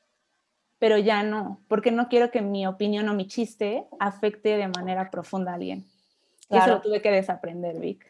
pero ya no, porque no quiero que mi opinión o mi chiste afecte de manera profunda a alguien. Y eso lo Claro. tuve que desaprender, Vic.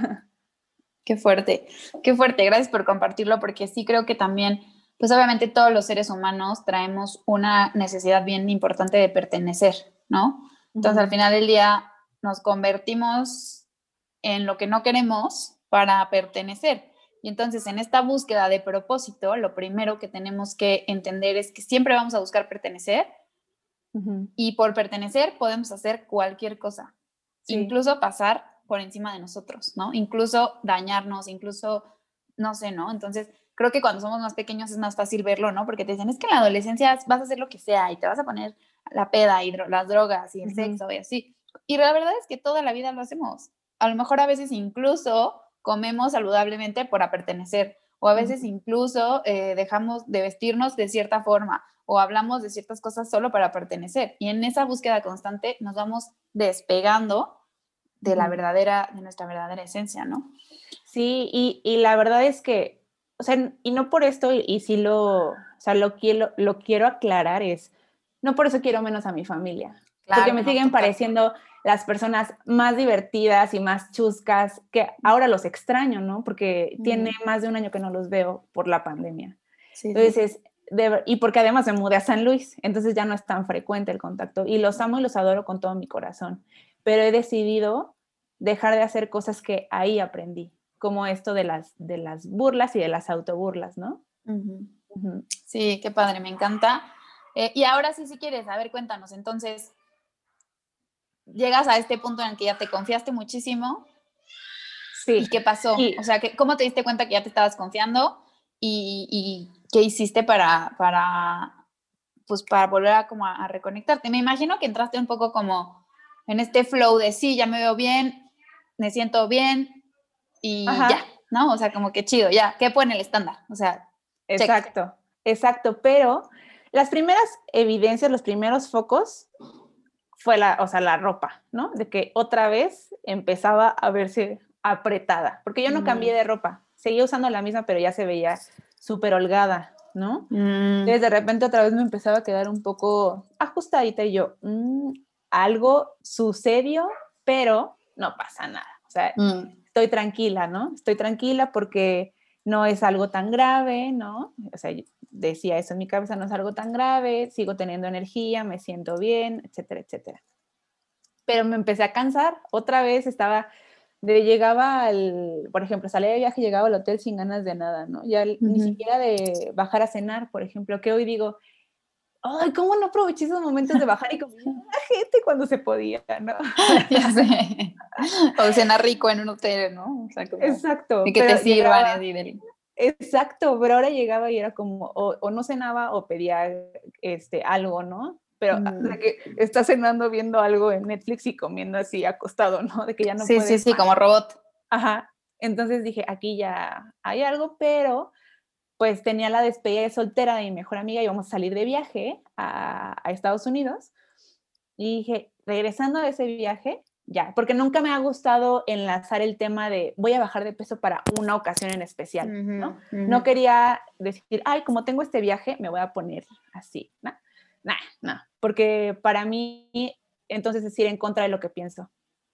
Qué fuerte, qué fuerte. Gracias por compartirlo porque sí creo que también, pues obviamente todos los seres humanos traemos una necesidad bien importante de pertenecer, ¿no? Entonces al Ujú. final del día nos convertimos en lo que no queremos para pertenecer. Y entonces en esta búsqueda de propósito, lo primero que tenemos que entender es que siempre vamos a buscar pertenecer Ujú. y por pertenecer podemos hacer cualquier cosa, Sí. incluso pasar por encima de nosotros, ¿no? Incluso dañarnos, incluso no sé, ¿no? Entonces, creo que cuando somos más pequeños es más fácil verlo, ¿no? Porque te dicen, es que en la adolescencia vas a hacer lo que sea y te vas a poner la peda y dro- las drogas y el Ujú. sexo y así. Y la verdad es que toda la vida lo hacemos. A lo mejor a veces incluso comemos saludablemente por pertenecer, o a veces Ujú. incluso eh, dejamos de vestirnos de cierta forma, o hablamos de ciertas cosas solo para pertenecer. Y en esa búsqueda constante nos vamos despegando de la Ujú. verdadera, de nuestra verdadera esencia, ¿no? Sí, y, y la verdad es que, o sea, y no por esto, y, y sí lo, o sea, lo quiero, lo quiero aclarar, es, no por eso quiero menos a mi familia, porque Claro, me no, siguen total. pareciendo las personas más divertidas y más chuscas, que ahora los extraño, ¿no? Porque tiene Mm, más de un año que no los veo por la pandemia. sí, Entonces, sí. es de- y porque además me mudé a San Luis, entonces ya no es tan frecuente el contacto, y los amo y los adoro con todo mi corazón, pero he decidido dejar de hacer cosas que ahí aprendí, como esto de las, de las burlas y de las autoburlas, ¿no? Ujú. Ujú. Sí, qué padre, me encanta. Eh, y ahora sí, si quieres, a ver, cuéntanos, entonces, llegas a este punto en el que ya te confiaste muchísimo. Sí, ¿Y qué pasó? y O sea, ¿qué, ¿cómo te diste cuenta que ya te estabas confiando? ¿Y, y qué hiciste para, para, pues, para volver a, como a, a reconectarte? Me imagino que entraste un poco como en este flow de sí, ya me veo bien, me siento bien y ya, ajá, ¿no? O sea, como que chido, ya, ¿qué pone el estándar? O sea, check. exacto, exacto, pero las primeras evidencias, los primeros focos fue la, o sea, la ropa, ¿no? De que otra vez empezaba a verse apretada, porque yo no cambié Mm, de ropa, seguía usando la misma, pero ya se veía súper holgada, ¿no? mm, Entonces de repente otra vez me empezaba a quedar un poco ajustadita y yo, "Mm, algo sucedió, pero no pasa nada. O sea, mm, estoy tranquila, ¿no? Estoy tranquila porque no es algo tan grave, ¿no? O sea, yo decía eso en mi cabeza, no es algo tan grave, sigo teniendo energía, me siento bien, etcétera, etcétera. Pero me empecé a cansar, otra vez estaba, de llegaba al, por ejemplo, salía de viaje y llegaba al hotel sin ganas de nada, ¿no? Ya ni ujú. siquiera de bajar a cenar, por ejemplo, que hoy digo, ay, ¿cómo no aproveché esos momentos de bajar y convivir con la gente cuando se podía, ¿no? Ya sé. O cenar rico en un hotel, ¿no? O sea, como de Exacto, que te pero sirvan llegaba, así del... exacto, pero ahora llegaba y era como, o, o no cenaba o pedía este, algo, ¿no? Pero ah, de Mm. que estás cenando viendo algo en Netflix y comiendo así acostado, ¿no? De que ya no Sí, sí, puedes sí, más. como robot. Ajá. Entonces dije, aquí ya hay algo, pero pues tenía la despedida de soltera de mi mejor amiga, íbamos a salir de viaje a, a Estados Unidos y dije, regresando de ese viaje, ya, porque nunca me ha gustado enlazar el tema de voy a bajar de peso para una ocasión en especial, Ujú, ¿no? ujú. No quería decir, ay, como tengo este viaje, me voy a poner así, ¿no? Nah, no, porque para mí entonces es ir en contra de lo que pienso.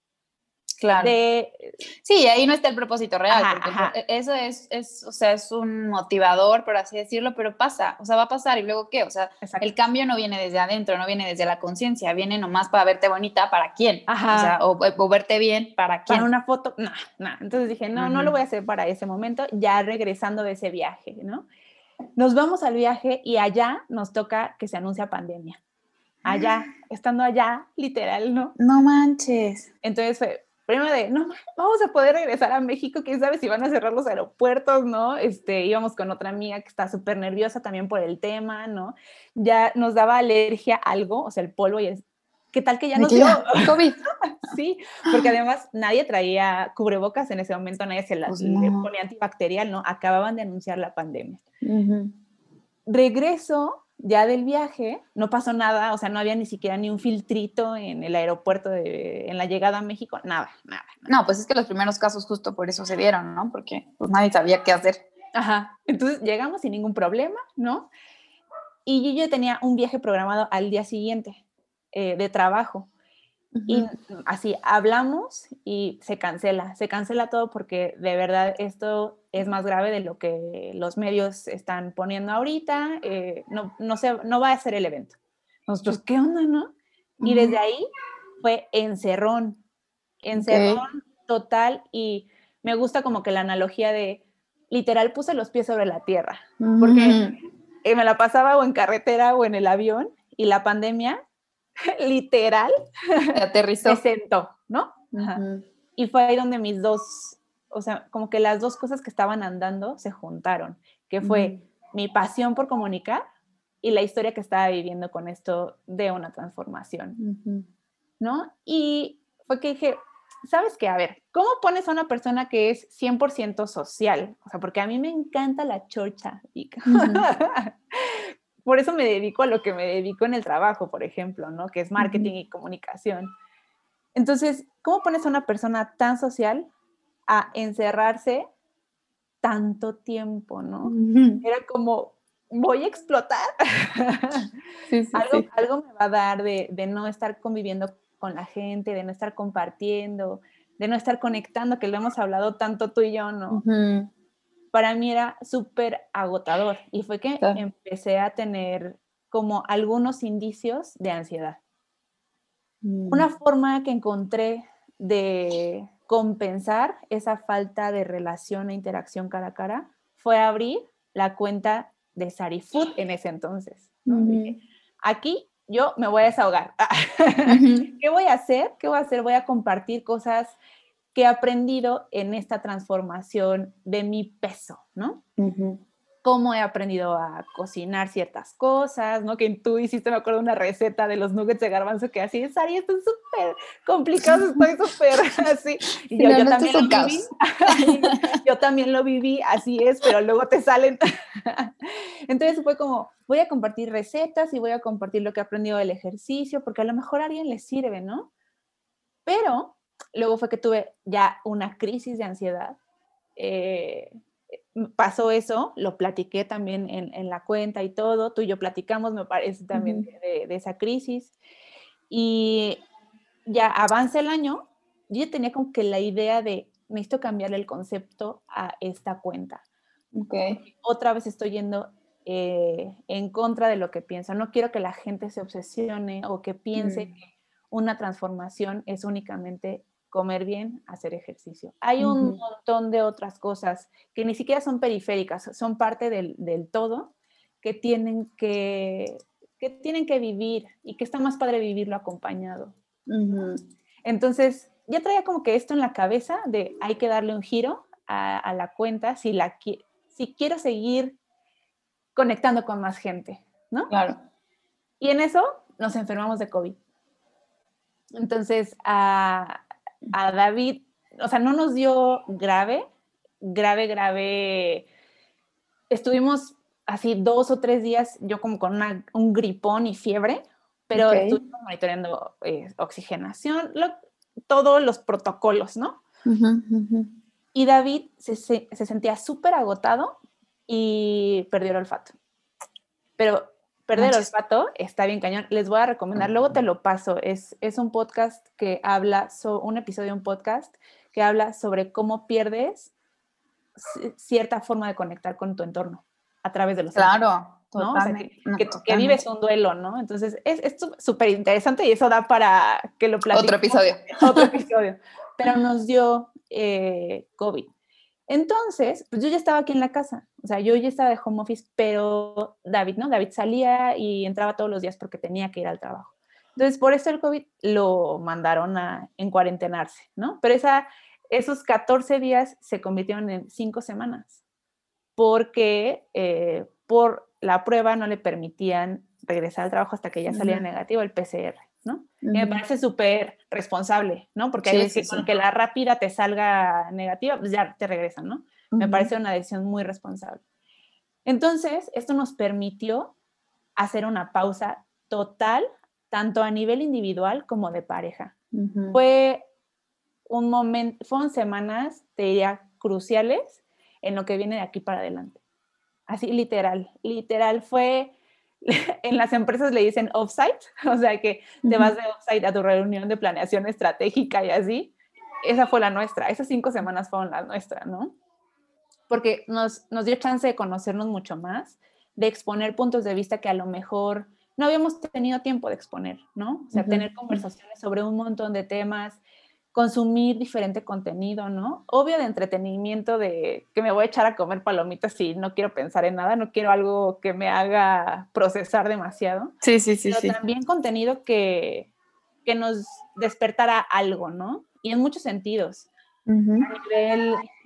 Claro. De, Sí, ahí no está el propósito real, ajá, porque el pro- ajá, e- eso es, es, o sea, es un motivador, por así decirlo, pero pasa, o sea, va a pasar y luego qué, o sea, el exacto, cambio no viene desde adentro, no viene desde la conciencia, viene nomás para verte bonita, ¿para quién? O sea, ajá, o, o verte bien, ¿para para quién? una foto, no, no. Entonces dije, no, no lo Ujú. voy a hacer para ese momento, ya regresando de ese viaje, ¿no? Nos vamos al viaje y allá nos toca que se anuncia pandemia. Allá, estando allá, literal, ¿no? No manches. Entonces fue, primero de, no, vamos a poder regresar a México, quién sabe si van a cerrar los aeropuertos, ¿no? Este, íbamos con otra amiga que está súper nerviosa también por el tema, ¿no? Ya nos daba alergia a algo, o sea, el polvo y el, ¿qué tal que ya De nos que dio? ya, COVID. Sí, porque además nadie traía cubrebocas en ese momento, nadie se la, Pues le no. ponía antibacterial, ¿no? Acababan de anunciar la pandemia. Ujú. Regreso ya del viaje, no pasó nada, o sea, no había ni siquiera ni un filtrito en el aeropuerto, de, en la llegada a México, nada, nada, nada. No, pues es que los primeros casos justo por eso se dieron, ¿no? Porque pues nadie sabía qué hacer. Ajá, entonces llegamos sin ningún problema, ¿no? Y yo, yo tenía un viaje programado al día siguiente eh, de trabajo. Y Ujú. así hablamos y se cancela, se cancela todo porque de verdad esto es más grave de lo que los medios están poniendo ahorita, eh, no, no, se, no va a ser el evento. Nosotros, ¿qué onda, no? Y Ujú. desde ahí fue encerrón, Ok. encerrón total y me gusta como que la analogía de literal puse los pies sobre la tierra, porque Ujú. eh, me la pasaba o en carretera o en el avión y la pandemia literal Te me aterrizó. sentó, ¿no? Ajá. Ujú. Y fue ahí donde mis dos, o sea, como que las dos cosas que estaban andando se juntaron, que fue uh-huh. mi pasión por comunicar y la historia que estaba viviendo con esto de una transformación, uh-huh. ¿no? Y fue que dije, ¿sabes qué? A ver, ¿cómo pones a una persona que es cien por ciento social? O sea, porque a mí me encanta la chorcha. Uh-huh. Por eso me dedico a lo que me dedico en el trabajo, por ejemplo, ¿no? Que es marketing uh-huh. y comunicación. Entonces, ¿cómo pones a una persona tan social a encerrarse tanto tiempo, ¿no? Uh-huh. Era como, voy a explotar. Sí, sí, algo, sí. algo me va a dar de, de no estar conviviendo con la gente, de no estar compartiendo, de no estar conectando, que lo hemos hablado tanto tú y yo, ¿no? Uh-huh. Para mí era súper agotador y fue que sí. empecé a tener como algunos indicios de ansiedad. Uh-huh. Una forma que encontré de compensar esa falta de relación e interacción cara a cara fue abrir la cuenta de Sarifood en ese entonces, ¿no? Uh-huh. Dije, aquí yo me voy a desahogar. Uh-huh. ¿Qué voy a hacer? ¿Qué voy a hacer? Voy a compartir cosas que he aprendido en esta transformación de mi peso, ¿no? Uh-huh. Cómo he aprendido a cocinar ciertas cosas, ¿no? Que tú hiciste, me acuerdo, una receta de los nuggets de garbanzo que así, Sari, esto es súper complicado, estoy súper así. Y yo, no, yo no, también lo viví, yo también lo viví, así es, pero luego te salen. Entonces fue como, voy a compartir recetas y voy a compartir lo que he aprendido del ejercicio, porque a lo mejor a alguien le sirve, ¿no? Pero luego fue que tuve ya una crisis de ansiedad. Eh, pasó eso, lo platiqué también en, en la cuenta y todo, tú y yo platicamos, me parece también uh-huh. de, de esa crisis, y ya avanza el año, yo ya tenía como que la idea de, necesito cambiarle el concepto a esta cuenta. Okay. Otra vez estoy yendo eh, en contra de lo que pienso, no quiero que la gente se obsesione o que piense uh-huh. que una transformación es únicamente comer bien, hacer ejercicio. Hay un uh-huh. montón de otras cosas que ni siquiera son periféricas, son parte del, del todo, que tienen que, que tienen que vivir y que está más padre vivirlo acompañado. Uh-huh. Entonces, ya traía como que esto en la cabeza de hay que darle un giro a, a la cuenta si, la, si quiero seguir conectando con más gente, ¿no? Claro. Y en eso nos enfermamos de COVID. Entonces, a, a David, o sea, no nos dio grave, grave, grave. Estuvimos así dos o tres días, yo como con una, un gripón y fiebre, pero okay. estuvimos monitoreando eh, oxigenación, lo, todos los protocolos, ¿no? Uh-huh, uh-huh. Y David se, se, se sentía súper agotado y perdió el olfato. Pero perder el olfato está bien cañón. Les voy a recomendar, luego te lo paso. Es, es un podcast que habla, so, un episodio de un podcast que habla sobre cómo pierdes cierta forma de conectar con tu entorno a través de los Claro, sentidos, ¿no? totalmente, O sea, que, no, que, totalmente. que vives un duelo, ¿no? Entonces, es súper interesante y eso da para que lo platiquemos. Otro episodio. Otro episodio. Pero nos dio eh, COVID. Entonces, pues yo ya estaba aquí en la casa, o sea, yo ya estaba de home office, pero David, ¿no? David salía y entraba todos los días porque tenía que ir al trabajo. Entonces, por eso el COVID lo mandaron a en cuarentenarse, ¿no? Pero esa, esos catorce días se convirtieron en cinco semanas, porque eh, por la prueba no le permitían regresar al trabajo hasta que ya salía uh-huh. negativo el P C R, ¿no? Uh-huh. Y me parece súper responsable, ¿no? Porque hay sí, veces sí, que sí. con que la rápida te salga negativa, pues ya te regresan, ¿no? Uh-huh. Me parece una decisión muy responsable. Entonces, esto nos permitió hacer una pausa total, tanto a nivel individual como de pareja. Uh-huh. Fue un momento, fueron semanas, te diría, cruciales en lo que viene de aquí para adelante. Así, literal, literal fue... En las empresas le dicen offsite, o sea que te vas de offsite a tu reunión de planeación estratégica y así. Esa fue la nuestra, esas cinco semanas fueron la nuestra, ¿no? Porque nos, nos dio chance de conocernos mucho más, de exponer puntos de vista que a lo mejor no habíamos tenido tiempo de exponer, ¿no? O sea, uh-huh. tener conversaciones sobre un montón de temas, consumir diferente contenido, ¿no? Obvio de entretenimiento, de que me voy a echar a comer palomitas y no quiero pensar en nada, no quiero algo que me haga procesar demasiado. Sí, sí, sí. Pero sí. también contenido que, que nos despertara algo, ¿no? Y en muchos sentidos. Uh-huh. A nivel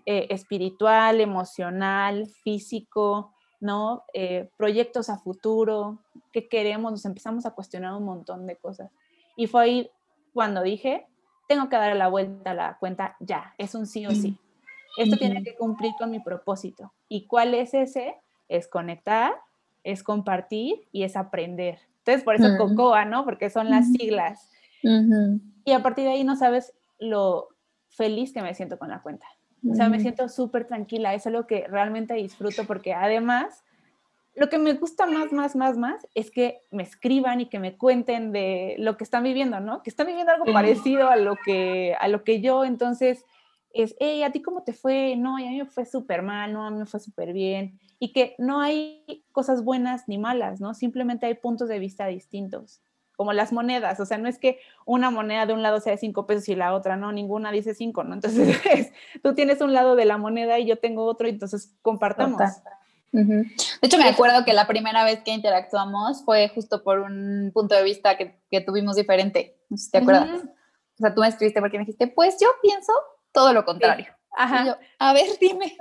eh, espiritual, emocional, físico, ¿no? Eh, proyectos a futuro, qué queremos, nos empezamos a cuestionar un montón de cosas. Y fue ahí cuando dije, tengo que darle la vuelta a la cuenta ya, es un sí o sí. Esto uh-huh. tiene que cumplir con mi propósito. ¿Y cuál es ese? Es conectar, es compartir y es aprender. Entonces, por eso uh-huh. COCOA, ¿no? Porque son las siglas. Uh-huh. Y a partir de ahí no sabes lo feliz que me siento con la cuenta. O sea, me siento súper tranquila. Es algo que realmente disfruto porque además, lo que me gusta más, más, más, más es que me escriban y que me cuenten de lo que están viviendo, ¿no? Que están viviendo algo uh-huh. parecido a lo que, a lo que yo. Entonces, es, hey, ¿a ti cómo te fue? No, y a mí me fue súper mal, no, a mí me fue súper bien. Y que no hay cosas buenas ni malas, ¿no? Simplemente hay puntos de vista distintos. Como las monedas, o sea, no es que una moneda de un lado sea de cinco pesos y la otra no, ninguna dice cinco, ¿no? Entonces, tú tienes un lado de la moneda y yo tengo otro, y entonces compartamos. Uh-huh. De hecho, me acuerdo que la primera vez que interactuamos fue justo por un punto de vista que, que tuvimos diferente, no sé si te acuerdas. Uh-huh. O sea, tú me escribiste porque me dijiste, pues yo pienso todo lo contrario. Sí. Ajá. Y yo, a ver, dime.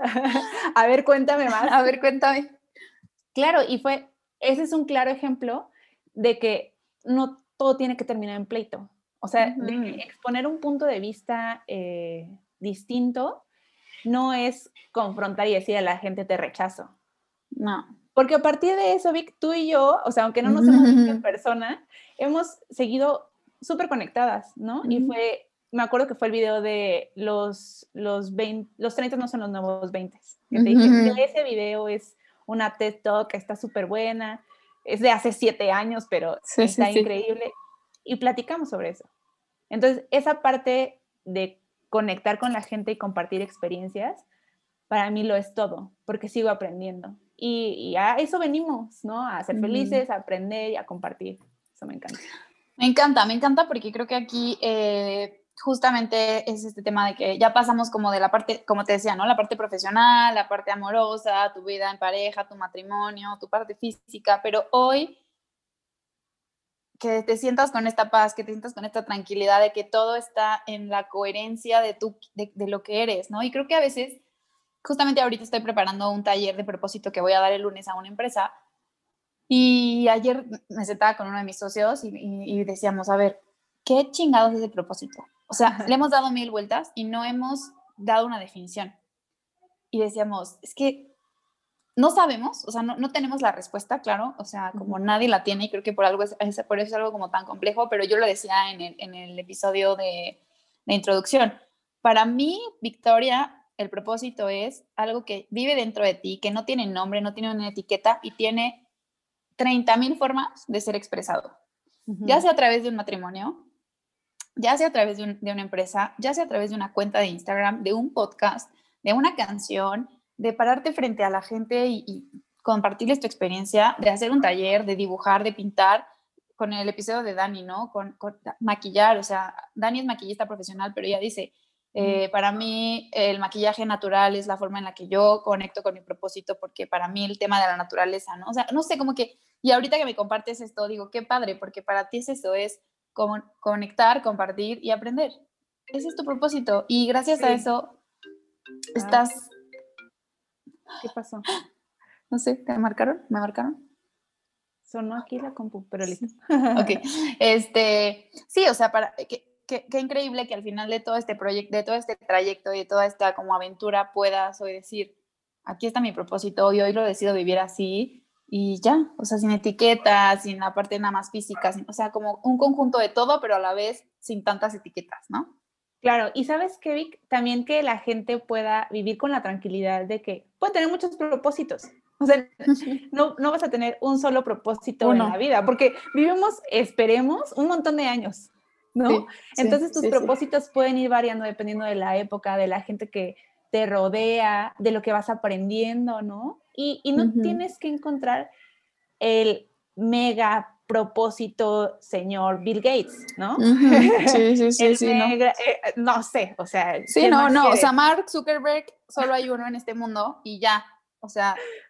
A ver, cuéntame más. A ver, cuéntame. Claro, y fue, ese es un claro ejemplo de que no todo tiene que terminar en pleito. O sea, uh-huh. de exponer un punto de vista eh, distinto no es confrontar y decir a la gente te rechazo. No. Porque a partir de eso, Vic, tú y yo, o sea, aunque no nos uh-huh. hemos visto en persona, hemos seguido súper conectadas, ¿no? Uh-huh. Y fue, me acuerdo que fue el video de los, los, veinte, los treinta no son los nuevos veinte. Que te uh-huh. dije, ese video es una TED Talk, está súper buena, es de hace siete años, pero sí, está sí, increíble. Sí. Y platicamos sobre eso. Entonces, esa parte de conectar con la gente y compartir experiencias, para mí lo es todo, porque sigo aprendiendo. Y, y a eso venimos, ¿no? A ser felices, a aprender y a compartir. Eso me encanta. Me encanta, me encanta porque creo que aquí eh, justamente es este tema de que ya pasamos como de la parte, como te decía, ¿no? La parte profesional, la parte amorosa, tu vida en pareja, tu matrimonio, tu parte física, pero hoy que te sientas con esta paz, que te sientas con esta tranquilidad de que todo está en la coherencia de, tu, de, de lo que eres, ¿no? Y creo que a veces, justamente ahorita estoy preparando un taller de propósito que voy a dar el lunes a una empresa. Y ayer me sentaba con uno de mis socios y, y, y decíamos, a ver, ¿qué chingados es el propósito? O sea, Ajá. le hemos dado mil vueltas y no hemos dado una definición. Y decíamos, es que no sabemos, o sea, no, no tenemos la respuesta, claro, o sea, como uh-huh. nadie la tiene y creo que por, algo es, es, por eso es algo como tan complejo, pero yo lo decía en el, en el episodio de, de introducción. Para mí, Victoria, el propósito es algo que vive dentro de ti, que no tiene nombre, no tiene una etiqueta y tiene treinta mil formas de ser expresado, uh-huh. ya sea a través de un matrimonio, ya sea a través de, un, de una empresa, ya sea a través de una cuenta de Instagram, de un podcast, de una canción, de pararte frente a la gente y, y compartirles tu experiencia, de hacer un taller, de dibujar, de pintar, con el episodio de Dani, ¿no? Con, con maquillar, o sea, Dani es maquillista profesional, pero ella dice, eh, para mí el maquillaje natural es la forma en la que yo conecto con mi propósito, porque para mí el tema de la naturaleza, ¿no? O sea, no sé, como que, y ahorita que me compartes esto, digo, qué padre, porque para ti es eso, es como conectar, compartir y aprender. Ese es tu propósito, y gracias sí. a eso estás... Ah. ¿Qué pasó? No sé, ¿te marcaron? ¿Me marcaron? Sonó aquí la compu, pero listo. Ok, este, sí, o sea, para, qué, qué, qué increíble que al final de todo este proyecto, de todo este trayecto y de toda esta como aventura puedas hoy decir, aquí está mi propósito y hoy lo decido vivir así y ya, o sea, sin etiquetas, sin la parte nada más física, sin, o sea, como un conjunto de todo, pero a la vez sin tantas etiquetas, ¿no? Claro, y ¿sabes qué, Vic? También que la gente pueda vivir con la tranquilidad de que puede tener muchos propósitos. O sea, no, no vas a tener un solo propósito Uno. en la vida, porque vivimos, esperemos, un montón de años, ¿no? Sí, Entonces sí, tus sí, propósitos sí. pueden ir variando dependiendo de la época, de la gente que te rodea, de lo que vas aprendiendo, ¿no? Y, y no uh-huh. tienes que encontrar el mega propósito, señor Bill Gates, ¿no? Uh-huh. Sí, sí, sí, el sí, mega, no. Eh, no sé, o sea, sí, no, no, quiere? O sea, Mark Zuckerberg, solo hay uno en este mundo y ya, o sea,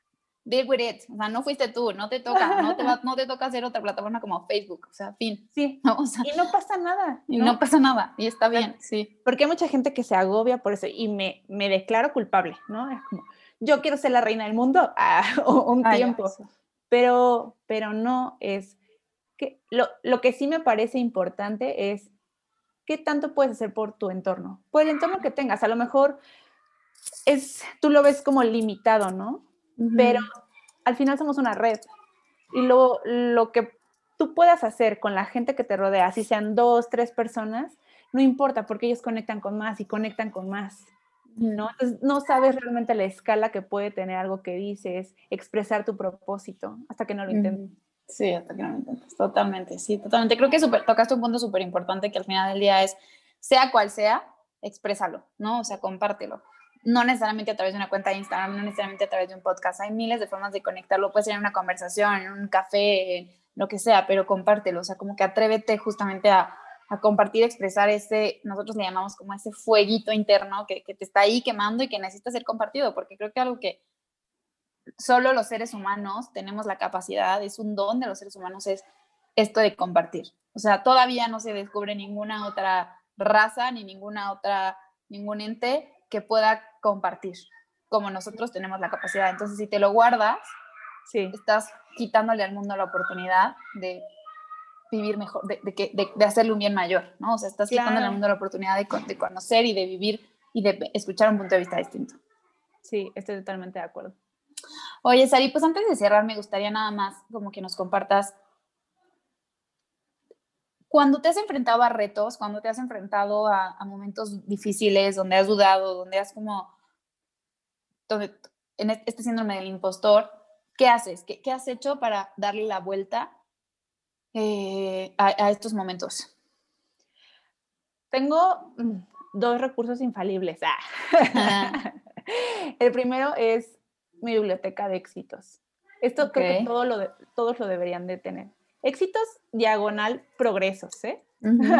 deal with it, o sea, no fuiste tú, no te toca, no te, va, no te toca hacer otra plataforma como Facebook, o sea, fin. Sí, ¿no? O sea, y no pasa nada, y ¿no? no pasa nada, y está bien, sí. Porque hay mucha gente que se agobia por eso, y me, me declaro culpable, ¿no? Es como, yo quiero ser la reina del mundo ah, un Ay, tiempo, eso. pero, pero no es, que lo, lo que sí me parece importante es, ¿qué tanto puedes hacer por tu entorno? Por el entorno que tengas, a lo mejor es, tú lo ves como limitado, ¿no? Uh-huh. Pero al final somos una red, y lo, lo que tú puedas hacer con la gente que te rodea, si sean dos, tres personas, no importa, porque ellos conectan con más y conectan con más, ¿no? Entonces, no sabes realmente la escala que puede tener algo que dices, expresar tu propósito, hasta que no lo intentes. Sí, hasta que no lo intentes, totalmente, sí, totalmente. Creo que super, tocaste un punto súper importante que al final del día es, sea cual sea, exprésalo, ¿no? O sea, compártelo. No necesariamente a través de una cuenta de Instagram, no necesariamente a través de un podcast. Hay miles de formas de conectarlo. Puede ser en una conversación, en un café, en lo que sea, pero compártelo. O sea, como que atrévete justamente a, a compartir, expresar ese, nosotros le llamamos como ese fueguito interno que, que te está ahí quemando y que necesita ser compartido, porque creo que algo que solo los seres humanos tenemos la capacidad, es un don de los seres humanos, es esto de compartir. O sea, todavía no se descubre ninguna otra raza ni ninguna otra, ningún ente que pueda compartir como nosotros tenemos la capacidad. Entonces, si te lo guardas, sí, estás quitándole al mundo la oportunidad de vivir mejor, de, de, de, de hacerle un bien mayor, ¿no? O sea, estás claro. quitándole al mundo la oportunidad de, de conocer y de vivir y de escuchar un punto de vista distinto. Sí, estoy totalmente de acuerdo. Oye, Sari, pues antes de cerrar, me gustaría nada más como que nos compartas, cuando te has enfrentado a retos, cuando te has enfrentado a, a momentos difíciles, donde has dudado, donde has como, donde, en este síndrome del impostor, ¿qué haces? ¿Qué, qué has hecho para darle la vuelta eh, a, a estos momentos? Tengo dos recursos infalibles. Ah. El primero es mi biblioteca de éxitos. Esto okay. Creo que todo lo de, todos lo deberían de tener. Éxitos diagonal progresos, ¿eh? Uh-huh.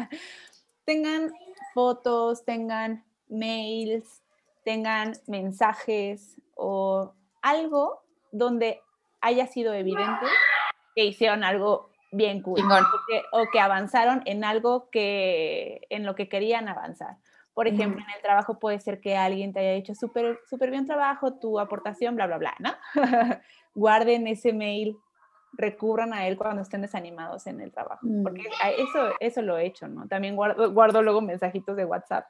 Tengan fotos, tengan mails, tengan mensajes o algo donde haya sido evidente que hicieron algo bien cool o que, o que avanzaron en algo que en lo que querían avanzar. Por ejemplo, uh-huh. en el trabajo puede ser que alguien te haya dicho súper súper bien trabajo, tu aportación, bla, bla, bla, ¿no? Guarden ese mail, recurran a él cuando estén desanimados en el trabajo, uh-huh. porque eso, eso lo he hecho, ¿no? También guardo, guardo luego mensajitos de WhatsApp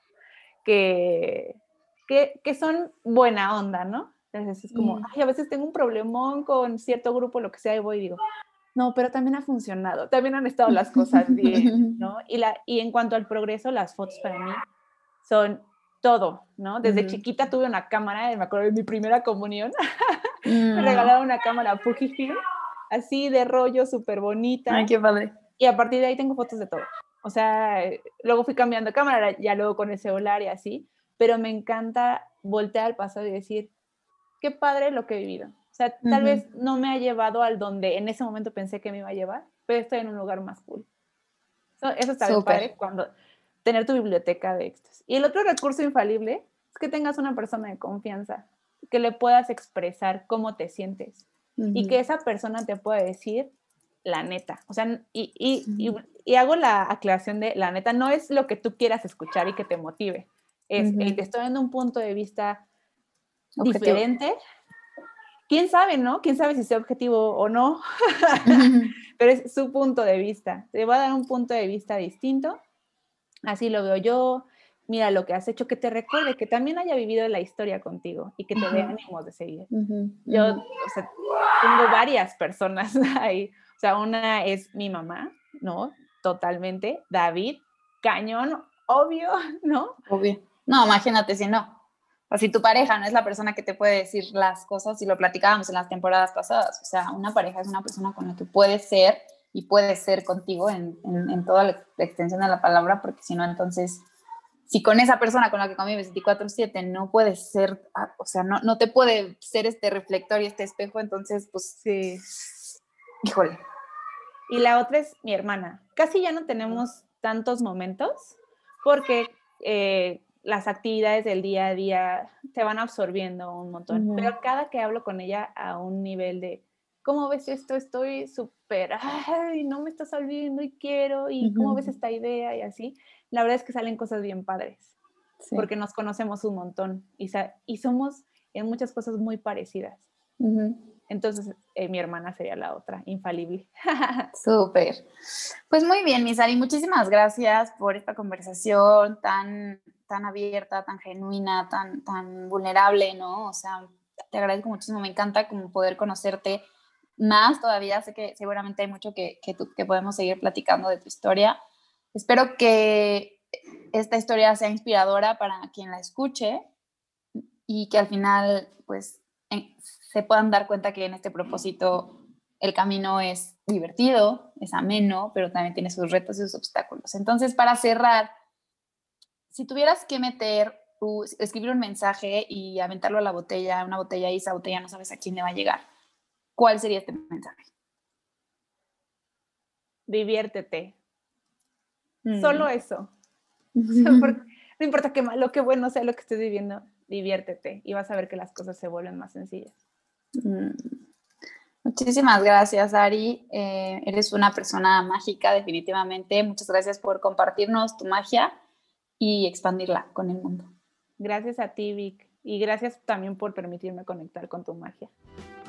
que, que, que son buena onda, ¿no? Entonces es como, uh-huh. ay, a veces tengo un problemón con cierto grupo, lo que sea, y voy y digo, no, pero también ha funcionado, también han estado las cosas bien, ¿no? Y, la, y en cuanto al progreso, las fotos para mí son todo, ¿no? Desde uh-huh. chiquita tuve una cámara, me acuerdo de mi primera comunión, uh-huh. me regalaron una cámara Fujifilm, así de rollo, súper bonita. Ay, qué padre. Y a partir de ahí tengo fotos de todo. O sea, luego fui cambiando de cámara, ya luego con el celular y así, pero me encanta voltear al pasado y decir, qué padre lo que he vivido. O sea, tal uh-huh. vez no me ha llevado al donde en ese momento pensé que me iba a llevar, pero estoy en un lugar más cool. So, eso está bien padre, cuando tener tu biblioteca de éxitos. Y el otro recurso infalible es que tengas una persona de confianza, que le puedas expresar cómo te sientes uh-huh. y que esa persona te pueda decir la neta. O sea, y, y, uh-huh. y, y hago la aclaración de la neta, no es lo que tú quieras escuchar y que te motive. Es, uh-huh. hey, te estoy dando un punto de vista objetivo. Diferente. ¿Quién sabe, no? ¿Quién sabe si sea objetivo o no? Uh-huh. Pero es su punto de vista. Te va a dar un punto de vista distinto. Así lo veo yo. Mira lo que has hecho, que te recuerde, que también haya vivido la historia contigo y que te uh-huh. dé ánimos de seguir. Uh-huh. Yo, o sea, tengo varias personas ahí. O sea, una es mi mamá, ¿no? Totalmente. David, cañón, obvio, ¿no? Obvio. No, imagínate si no. O si tu pareja no es la persona que te puede decir las cosas, y lo platicábamos en las temporadas pasadas, o sea, una pareja es una persona con la que puedes ser y puedes ser contigo en, en, en toda la extensión de la palabra, porque si no, entonces, si con esa persona con la que convives veinticuatro siete no puedes ser, o sea, no, no te puede ser este reflector y este espejo, entonces, pues, sí, híjole. Y la otra es mi hermana. Casi ya no tenemos tantos momentos, porque... Eh, las actividades del día a día te van absorbiendo un montón. Ujú. Pero cada que hablo con ella a un nivel de, ¿cómo ves esto? Estoy súper, ay, no me está saliendo y quiero, y ¿cómo ves Ujú. esta idea? Y así, la verdad es que salen cosas bien padres, Sí. porque nos conocemos un montón y, sa- y somos en muchas cosas muy parecidas. Ujú. Entonces, eh, mi hermana sería la otra, infalible. Súper. Pues muy bien, Misari, muchísimas gracias por esta conversación tan, tan abierta, tan genuina, tan, tan vulnerable, ¿no? O sea, te agradezco muchísimo, me encanta como poder conocerte más todavía, sé que seguramente hay mucho que, que, tú- que podemos seguir platicando de tu historia. Espero que esta historia sea inspiradora para quien la escuche y que al final, pues, en- se puedan dar cuenta que en este propósito el camino es divertido, es ameno, pero también tiene sus retos y sus obstáculos. Entonces, para cerrar, si tuvieras que meter, u- escribir un mensaje y aventarlo a la botella, una botella y esa botella no sabes a quién le va a llegar, ¿cuál sería este mensaje? Diviértete. Solo Mm. eso. Porque no importa qué malo, qué bueno sea lo que estés viviendo, diviértete y vas a ver que las cosas se vuelven más sencillas. Mm. Muchísimas gracias, Ari. Eh, eres una persona mágica, definitivamente. Muchas gracias por compartirnos tu magia y expandirla con el mundo. Gracias a ti, Vic, y gracias también por permitirme conectar con tu magia.